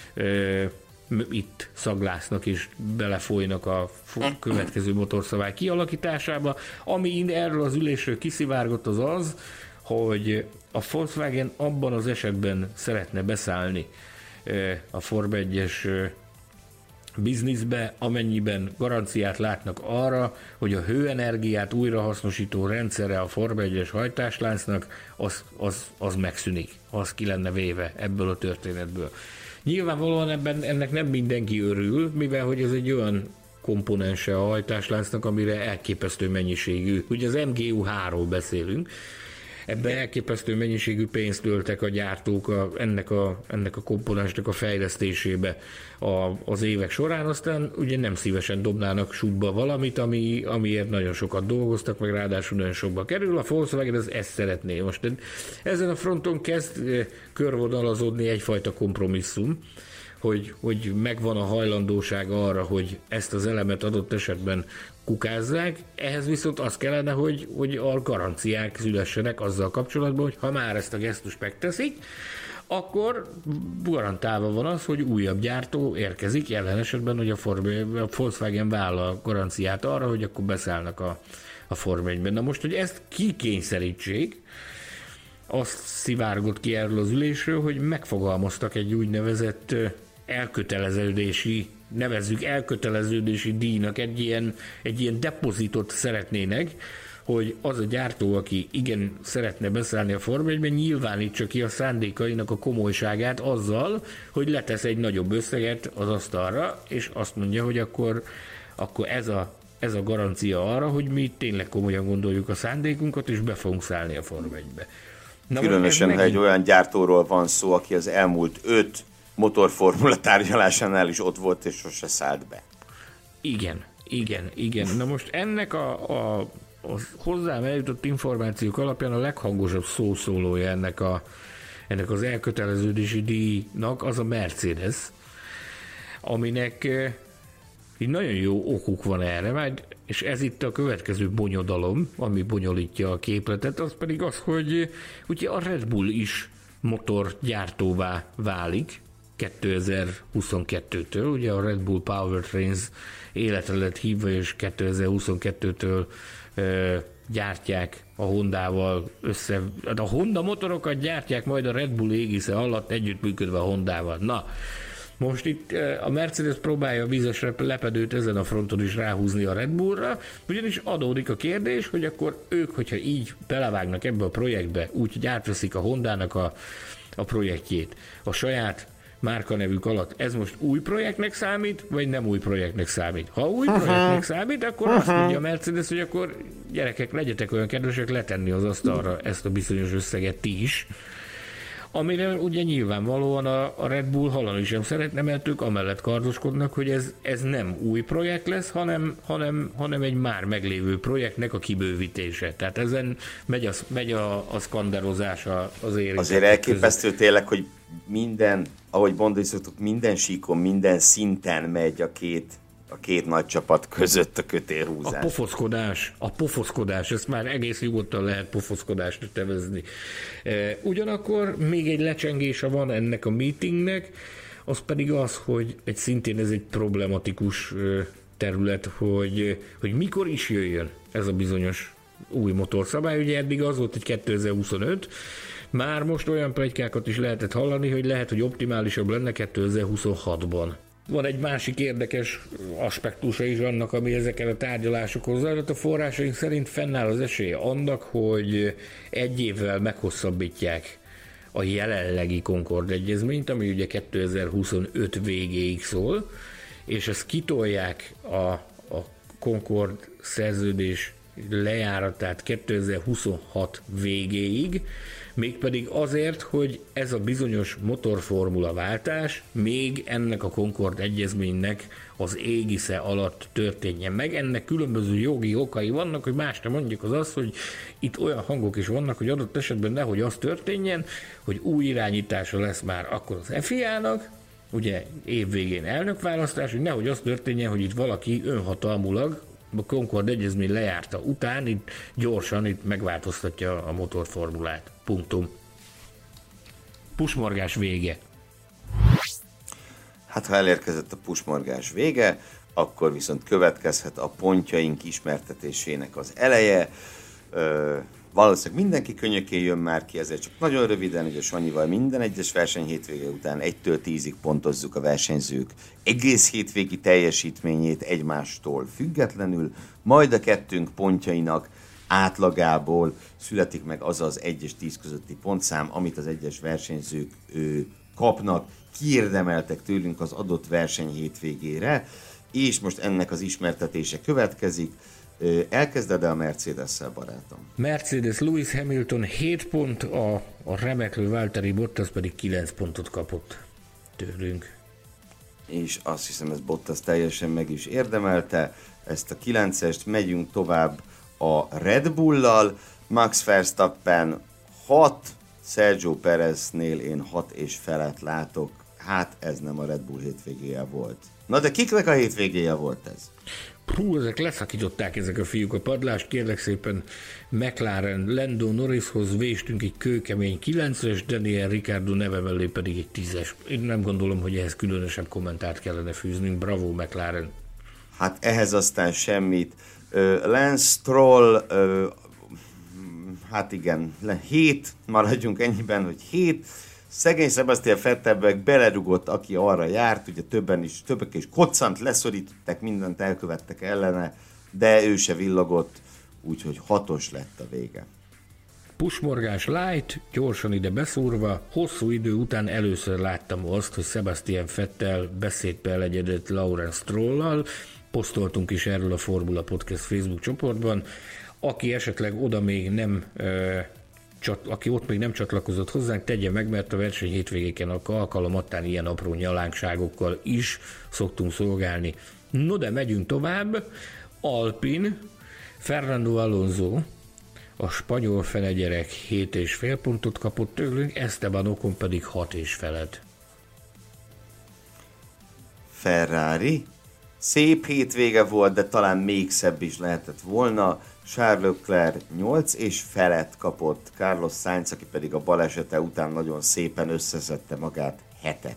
itt szaglásznak és belefolynak a következő motorszábály kialakításába. Ami erről az ülésről kiszivárgott az, hogy a Volkswagen abban az esetben szeretne beszállni a Forma 1-es bizniszbe, amennyiben garanciát látnak arra, hogy a hőenergiát újrahasznosító rendszere a Forma 1-es hajtásláncnak az megszűnik, az ki lenne véve ebből a történetből. Nyilvánvalóan ennek nem mindenki örül, mivel hogy ez egy olyan komponense a hajtásláncnak, amire elképesztő mennyiségű, ugye az MGU-3-ról beszélünk, ebben elképesztő mennyiségű pénzt öltek a gyártók ennek a komponensnek a fejlesztésébe az évek során, aztán ugye nem szívesen dobnának sútba valamit, amiért nagyon sokat dolgoztak, meg ráadásul nagyon sokba kerül. A Volkswagen ezt szeretné. Most ezen a fronton kezd körvonalazódni egyfajta kompromisszum, hogy megvan a hajlandóság arra, hogy ezt az elemet adott esetben kukázzák, ehhez viszont az kellene, hogy a garanciák szülessenek azzal kapcsolatban, hogy ha már ezt a gesztust megteszik, akkor garantálva van az, hogy újabb gyártó érkezik, jelen esetben, hogy a Volkswagen vállal garanciát arra, hogy akkor beszállnak a Forma 1-ben. Na most, hogy ezt kikényszerítsék, azt szivárgott ki erről az ülésről, hogy megfogalmaztak egy úgynevezett elköteleződési díjnak egy ilyen depozitot szeretnének, hogy az a gyártó, aki igen szeretne beszállni a Forma 1-ben, nyilvánítsa ki a szándékainak a komolyságát azzal, hogy letesz egy nagyobb összeget az asztalra, és azt mondja, hogy akkor ez a garancia arra, hogy mi tényleg komolyan gondoljuk a szándékunkat, és be fogunk szállni a Forma 1-be. Különösen, ha egy olyan gyártóról van szó, aki az elmúlt 5 motorformula tárgyalásánál is ott volt, és sose szállt be. Igen. Na most ennek a hozzám eljutott információk alapján a leghangosabb szószólója ennek az elköteleződési díjnak az a Mercedes, aminek így nagyon jó okuk van erre, és ez itt a következő bonyodalom, ami bonyolítja a képletet, az pedig az, hogy ugye a Red Bull is motorgyártóvá válik 2022-től, ugye a Red Bull Powertrains életre lett hívva, és 2022-től gyártják a Hondával a Honda motorokat gyártják majd a Red Bull égisze alatt együttműködve a Hondával. Na, most itt a Mercedes próbálja a vízes lepedőt ezen a fronton is ráhúzni a Red Bullra, ugyanis adódik a kérdés, hogy akkor ők, hogyha így belevágnak ebbe a projektbe, úgy, hogy átveszik a Hondának a projektjét, a saját márkanevük alatt, ez most új projektnek számít, vagy nem új projektnek számít? Ha új projektnek számít, akkor azt mondja a Mercedes, hogy akkor gyerekek, legyetek olyan kedvesek letenni az asztalra ezt a bizonyos összeget ti is, amire ugye nyilvánvalóan a Red Bull hallani sem szeretne, mert ők amellett kardoskodnak, hogy ez nem új projekt lesz, hanem egy már meglévő projektnek a kibővítése. Tehát ezen megy a szkanderozás az érintettek. Azért elképesztő tényleg, hogy minden, ahogy mondani szoktuk, minden síkon, minden szinten megy a két nagy csapat között a kötélhúzás. A pofoszkodás, ezt már egész nyugodtan lehet pofoszkodásra tevezni. Ugyanakkor még egy lecsengése van ennek a meetingnek, az pedig az, hogy szintén ez egy problematikus terület, hogy mikor is jöjjön ez a bizonyos új motorszábály. Ugye eddig az volt, hogy 2025, már most olyan pletykákat is lehetett hallani, hogy lehet, hogy optimálisabb lenne 2026-ban. Van egy másik érdekes aspektusa is annak, ami ezeken a tárgyalásokhoz zajlott. A forrásaink szerint fennáll az esélye annak, hogy egy évvel meghosszabbítják a jelenlegi Concord egyezményt, ami ugye 2025 végéig szól, és ezt kitolják a Concorde szerződés lejáratát 2026 végéig, mégpedig azért, hogy ez a bizonyos motorformula váltás még ennek a Concorde egyezménynek az égisze alatt történjen meg. Ennek különböző jogi okai vannak, hogy másra mondjuk az, hogy itt olyan hangok is vannak, hogy adott esetben nehogy az történjen, hogy új irányítása lesz már akkor az FIA-nak, ugye évvégén elnökválasztás, hogy nehogy az történjen, hogy itt valaki önhatalmulag a Concorde egyezmény lejárta után itt gyorsan itt megváltoztatja a motorformulát. Punktum. Pusmorgás vége. Hát ha elérkezett a pusmorgás vége, akkor viszont következhet a pontjaink ismertetésének az eleje. Valószínűleg mindenki könnyökén jön már ki, ezért csak nagyon röviden, hogy a Sanyival minden egyes verseny hétvége után 1-től 10-ig pontozzuk a versenyzők egész hétvégi teljesítményét egymástól függetlenül, majd a kettőnk pontjainak átlagából születik meg az az 1 és 10 közötti pontszám, amit az egyes versenyzők kapnak, kiérdemeltek tőlünk az adott verseny hétvégére, és most ennek az ismertetése következik. Elkezded a Mercedes-szel, barátom? Mercedes Lewis Hamilton 7 pont, a remeklő Valtteri Bottas pedig 9 pontot kapott tőlünk. És azt hiszem, ez Bottas teljesen meg is érdemelte. Ezt a 9-est megyünk tovább a Red Bull-lal. Max Verstappen 6, Sergio Pereznél én 6 és felett látok. Hát ez nem a Red Bull hétvégéje volt. Na de kiknek a hétvégéje volt ez? Hú, ezek leszakították ezek a fiúk a padlást, kérlek szépen McLaren Lando Norrishoz véstünk egy kőkemény 9-es, Daniel Ricciardo neve mellé pedig egy 10-es. Én nem gondolom, hogy ehhez különösebb kommentárt kellene fűznünk, bravo McLaren. Hát ehhez aztán semmit. Lance Stroll, hát igen, 7, maradjunk ennyiben, hogy 7. Szegény Sebastian Vettelbe belerugott, aki arra járt, ugye többek is koccant, leszorították, mindent elkövettek ellene, de ő se villogott, úgyhogy 6-os lett a vége. Pusmorgás light, gyorsan ide beszúrva, hosszú idő után először láttam azt, hogy Sebastian Vettel beszédbe elegyedett Lawrence Stroll-lal, posztoltunk is erről a Formula Podcast Facebook csoportban, aki esetleg oda még nem... aki ott még nem csatlakozott hozzánk, tegye meg, mert a verseny hétvégéken alkalmattán ilyen apró nyalánkságokkal is szoktunk szolgálni. No de megyünk tovább. Alpin, Fernando Alonso, a spanyol felegyerek 7,5 pontot kapott tőlünk, Esteban Ocon pedig 6,5. Ferrari, szép hétvége volt, de talán még szebb is lehetett volna. Charles Leclerc 8 és felett kapott, Carlos Sainz, aki pedig a balesete után nagyon szépen összeszedte magát, 7-et.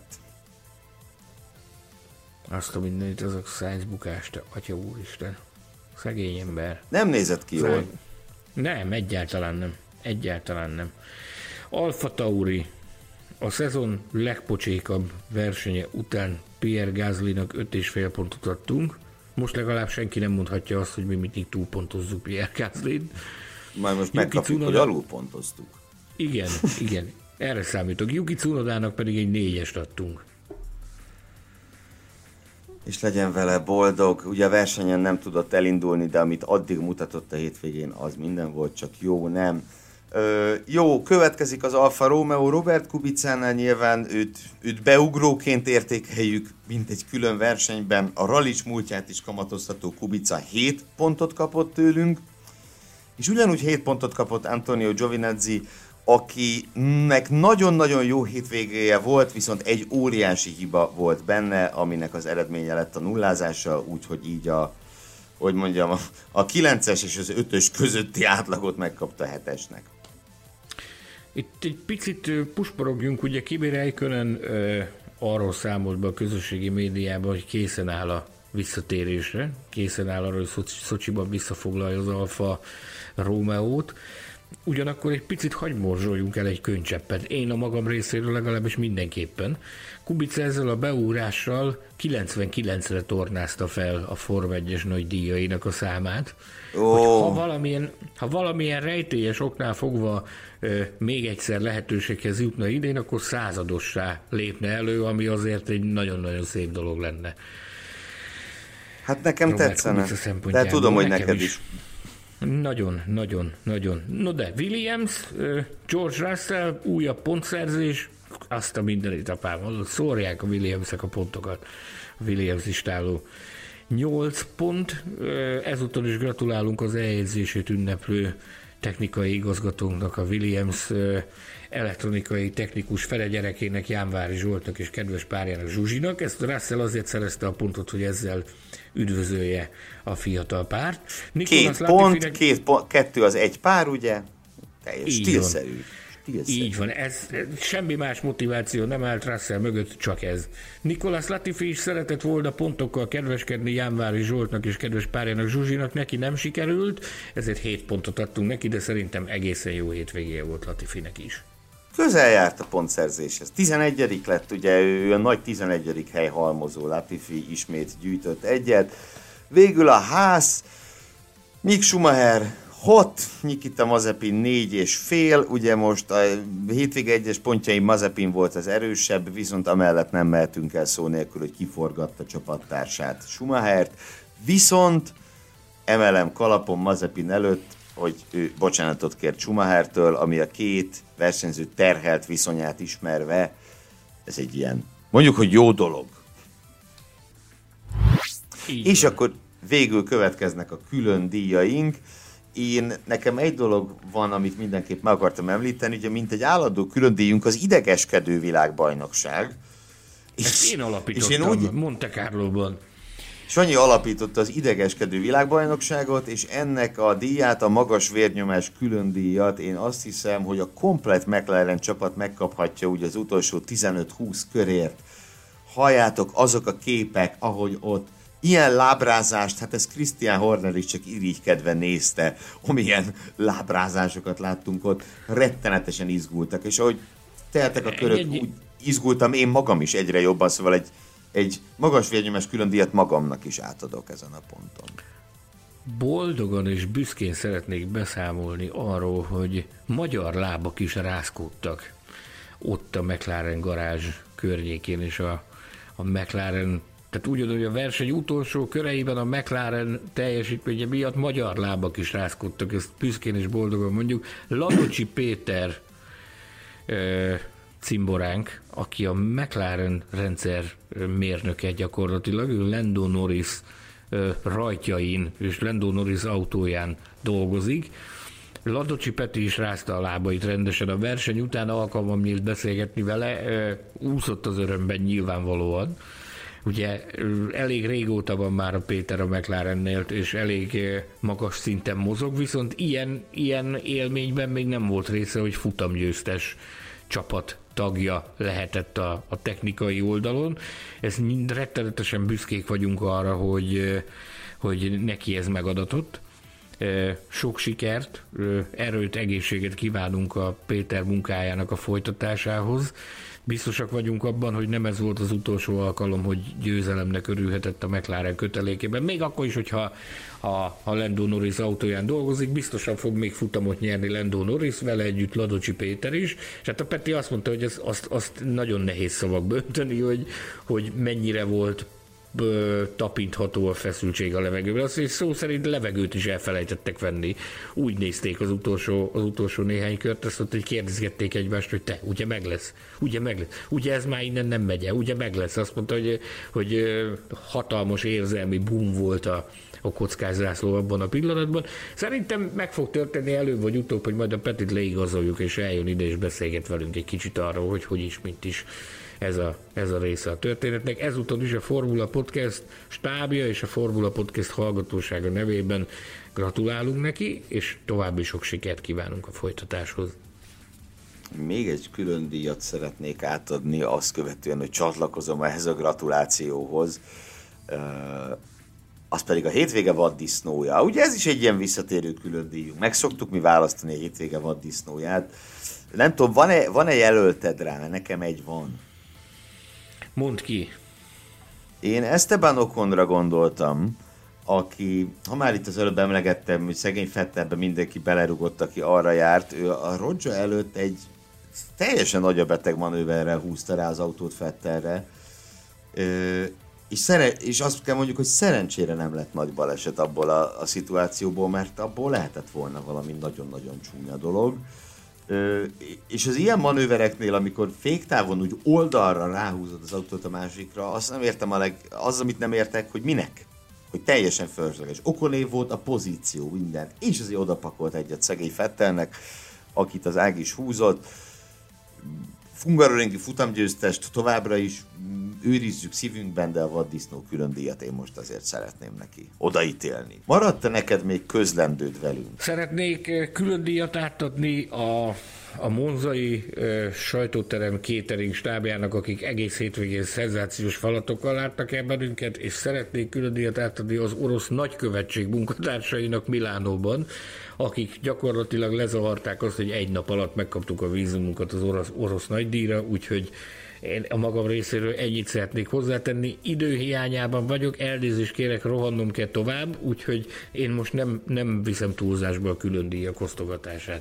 Azt a mindenit, azok Sainz bukást, atya úristen, szegény ember. Nem nézett ki jól. Nem, egyáltalán nem. Alfa Tauri, a szezon legpocsékabb versenye után Pierre Gaslynak 5,5 pontot adtunk. Most legalább senki nem mondhatja azt, hogy mi mindig túlpontozzuk Pierre Gaslyt. Majd most megkapjuk, hogy alulpontoztuk. Igen, erre számítok. Yuki Tsunodának pedig egy 4-est adtunk. És legyen vele boldog. Ugye a versenyen nem tudott elindulni, de amit addig mutatott a hétvégén, az minden volt, csak jó nem. Jó, következik az Alfa Romeo, Robert Kubicánál nyilván őt beugróként értékeljük, mint egy külön versenyben. A rallis múltját is kamatoztató Kubica 7 pontot kapott tőlünk, és ugyanúgy 7 pontot kapott Antonio Giovinazzi, akinek nagyon-nagyon jó hétvégéje volt, viszont egy óriási hiba volt benne, aminek az eredménye lett a nullázása, úgyhogy így a 9-es és az 5-ös közötti átlagot megkapta 7-esnek. Itt egy picit pusporogjunk, ugye Kimi Räikkönen arról számolt be a közösségi médiában, hogy készen áll a visszatérésre, készen áll arra, hogy Szocsiban visszafoglalja az Alfa Romeót. Ugyanakkor egy picit hagymorzsoljunk el egy könycseppet. Én a magam részéről legalábbis mindenképpen. Kubica ezzel a beúrással 99-re tornázta fel a Form 1-es nagy díjainak a számát. Ha valamilyen rejtélyes oknál fogva még egyszer lehetőséghez jutna idén, akkor századossá lépne elő, ami azért egy nagyon-nagyon szép dolog lenne. Hát nekem tetszene, de tudom, hogy neked is. Nagyon. No de Williams, George Russell, újabb pontszerzés, azt a mindenit apám, szórják a Williamsek a pontokat, a Williams istáló. 8 pont, ezúttal is gratulálunk az eljegyzését ünneplő technikai igazgatónknak, a Williams elektronikai technikus felegyerekének, Jánvári Zsoltnak és kedves párjának, Zsuzsinak. Ezt Russell azért szerezte a pontot, hogy ezzel üdvözölje a fiatal párt. Két pont, kettő az egy pár, ugye? Teljes stílszerű. Így van, ez semmi más motiváció nem állt Russell mögött, csak ez. Nicolas Latifi is szeretett volna pontokkal kedveskedni Jánvári Zsoltnak és kedves párjának, Zsuzsinak, neki nem sikerült, ezért 7 pontot adtunk neki, de szerintem egészen jó hétvégéje volt Latifinek is. Közel járt a pontszerzéshez. 11. lett, ugye ő a nagy 11. hely halmozó, Latifi ismét gyűjtött egyet. Végül a Haas, Mick Schumacher 6, Nikita Mazepin 4,5, ugye most a hétvége egyes pontjaim Mazepin volt az erősebb, viszont amellett nem mehetünk el szó nélkül, hogy kiforgatta csapattársát, Schumachert, viszont emelem kalapon Mazepin előtt, hogy ő bocsánatot kért Schumachertől, ami a két versenyző terhelt viszonyát ismerve, ez egy ilyen, mondjuk, hogy jó dolog. És akkor végül következnek a külön díjaink. Nekem egy dolog van, amit mindenképp meg akartam említeni, ugye mint egy állandó külön díjunk az idegeskedő világbajnokság. Ezt én alapítottam Monte Carlóban. Sanyi alapította az idegeskedő világbajnokságot, és ennek a díját, a magas vérnyomás külön díjat, én azt hiszem, hogy a komplett McLaren csapat megkaphatja ugye az utolsó 15-20 körért. Halljátok, azok a képek, ahogy ott ilyen lábrázást, hát ez Christian Horner is csak irigykedve nézte, amilyen lábrázásokat láttunk ott, rettenetesen izgultak, és ahogy teltek a körök, úgy izgultam én magam is egyre jobban, szóval egy magas vérnyomás külön díjat magamnak is átadok ezen a ponton. Boldogan és büszkén szeretnék beszámolni arról, hogy magyar lábak is rázkódtak ott a McLaren garázs környékén, és a McLaren, tehát úgy hogy a verseny utolsó köreiben a McLaren teljesítménye miatt magyar lábak is rázkódtak, ezt büszkén és boldogan mondjuk. Ladocsi Péter cimboránk, aki a McLaren rendszer mérnöke gyakorlatilag, ő Lando Norris rajtjain és Lando Norris autóján dolgozik. Ladocsi Peti is rázta a lábait rendesen a verseny után, alkalmam nyílt beszélgetni vele, úszott az örömben nyilvánvalóan. Ugye elég régóta van már a Péter a McLarennél, és elég magas szinten mozog, viszont ilyen élményben még nem volt része, hogy futamgyőztes csapat tagja lehetett a technikai oldalon. Ez mind rettenetesen büszkék vagyunk arra, hogy neki ez megadatott. Sok sikert, erőt, egészséget kívánunk a Péter munkájának a folytatásához. Biztosak vagyunk abban, hogy nem ez volt az utolsó alkalom, hogy győzelemnek örülhetett a McLaren kötelékében. Még akkor is, hogyha a Lando Norris autóján dolgozik, biztosan fog még futamot nyerni Lando Norris, vele együtt Ladocsi Péter is. És hát a Peti azt mondta, hogy azt nagyon nehéz szavakba önteni, hogy mennyire volt tapintható a feszültség a levegőben. Azt, hogy szó szerint levegőt is elfelejtettek venni. Úgy nézték az utolsó néhány kört, azt mondta, hogy kérdezgették egymást, hogy te, ugye meg lesz? Ugye ez már innen nem megy el? Ugye meg lesz? Azt mondta, hogy hatalmas érzelmi boom volt a kockázzászló abban a pillanatban. Szerintem meg fog történni előbb vagy utóbb, hogy majd a Petit leigazoljuk, és eljön ide és beszélget velünk egy kicsit arról, hogy is, mint is ez a része a történetnek. Ezúton is a Formula Podcast stábja és a Formula Podcast hallgatósága nevében gratulálunk neki, és további sok sikert kívánunk a folytatáshoz. Még egy külön díjat szeretnék átadni, azt követően, hogy csatlakozom ehhez a gratulációhoz. Az pedig a hétvége vaddisznója. Ugye ez is egy ilyen visszatérő külön díjunk. Meg szoktuk mi választani a hétvége vaddisznóját. Nem tudom, van-e jelölted rá? Nekem egy van. Mondd ki. Én Esteban Oconra gondoltam, aki, ha már itt az előbb emlegettem, hogy szegény Vettelben mindenki belerugott, aki arra járt, ő a Roger előtt egy teljesen agyabeteg manőverrel húzta rá az autót Vettelre, És azt kell mondjuk, hogy szerencsére nem lett nagy baleset abból a szituációból, mert abból lehetett volna valami nagyon-nagyon csúnya dolog. És az ilyen manővereknél, amikor féktávon úgy oldalra ráhúzod az autót a másikra, azt nem értem az, amit nem értek, hogy minek. Hogy teljesen fölösleges. Okonév volt a pozíció, minden. És azért odapakolt egyet szegény Vettelnek, akit az ág is húzott. Hungaroringi futamgyőztest továbbra is őrizzük szívünkben, de a vaddisznó külön díjat én most azért szeretném neki odaítélni. Maradt-e neked még közlendőd velünk? Szeretnék külön díjat átadni a monzai sajtóterem catering stábjának, akik egész hétvégén szenzációs falatokkal láttak el bennünket, és szeretnék külön díjat átadni az orosz nagykövetség munkatársainak Milánóban, akik gyakorlatilag lezavarták azt, hogy egy nap alatt megkaptuk a vízumunkat az orosz nagydíjra, úgyhogy én a magam részéről ennyit szeretnék hozzátenni. Időhiányában vagyok, elnézést kérek, rohannom kell tovább, úgyhogy én most nem viszem túlzásba a külön díjak osztogatását.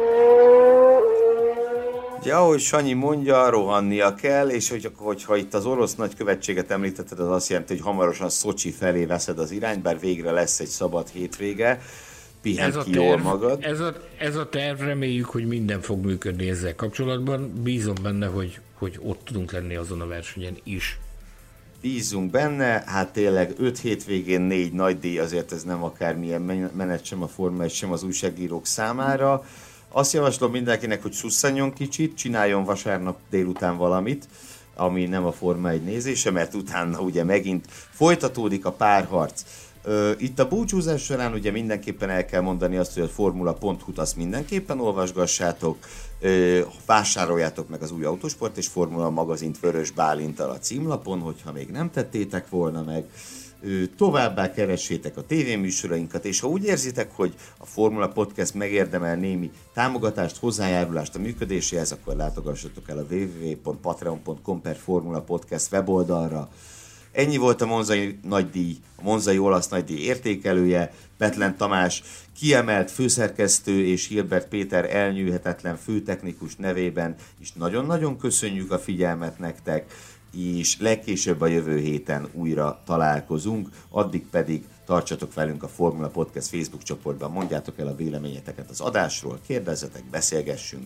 Ugye, ahogy Sanyi mondja, rohannia kell, és hogyha itt az orosz nagykövetséget említetted, az azt jelenti, hogy hamarosan Szocsi felé veszed az irányt, bár végre lesz egy szabad hétvége. Pihent ki jól magad. Ez a terv, reméljük, hogy minden fog működni ezzel kapcsolatban. Bízom benne, hogy ott tudunk lenni azon a versenyen is. Bízunk benne, hát tényleg 5 hétvégén 4 nagy díj, azért ez nem akármilyen menet sem a Forma 1, sem az újságírók számára. Azt javaslom mindenkinek, hogy szusszanjon kicsit, csináljon vasárnap délután valamit, ami nem a Forma 1 nézése, mert utána ugye megint folytatódik a párharc. Itt a búcsúzás során ugye mindenképpen el kell mondani azt, hogy a formula.hu-t azt mindenképpen olvasgassátok, vásároljátok meg az új Autosport és Formula magazint Vörös Bálinttal a címlapon, hogyha még nem tettétek volna meg. Továbbá keressétek a tévéműsorainkat, és ha úgy érzitek, hogy a Formula Podcast megérdemel némi támogatást, hozzájárulást a működéséhez, akkor látogassatok el a www.patreon.com/Formula Podcast weboldalra. Ennyi volt a monzai nagydíj, a monzai olasz nagydíj értékelője, Betlen Tamás kiemelt főszerkesztő és Hilbert Péter elnyűhetetlen főtechnikus nevében is nagyon-nagyon köszönjük a figyelmet nektek, és legkésőbb a jövő héten újra találkozunk, addig pedig tartsatok velünk a Formula Podcast Facebook csoportban, mondjátok el a véleményeteket az adásról, kérdezzetek, beszélgessünk,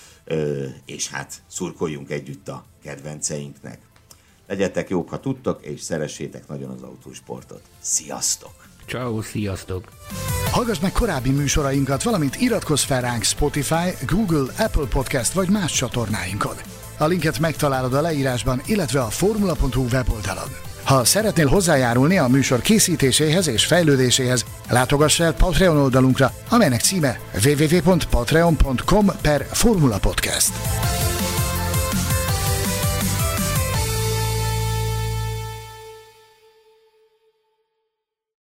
és hát szurkoljunk együtt a kedvenceinknek. Legyetek jók, ha tudtok, és szeressétek nagyon az autósportot. Sziasztok! Ciao, sziasztok! Hallgass meg korábbi műsorainkat, valamint iratkozz fel ránk Spotify, Google, Apple Podcast vagy más csatornáinkon. A linket megtalálod a leírásban, illetve a formula.hu weboldalon. Ha szeretnél hozzájárulni a műsor készítéséhez és fejlődéséhez, látogass el Patreon oldalunkra, amelynek címe www.patreon.com/formulapodcast.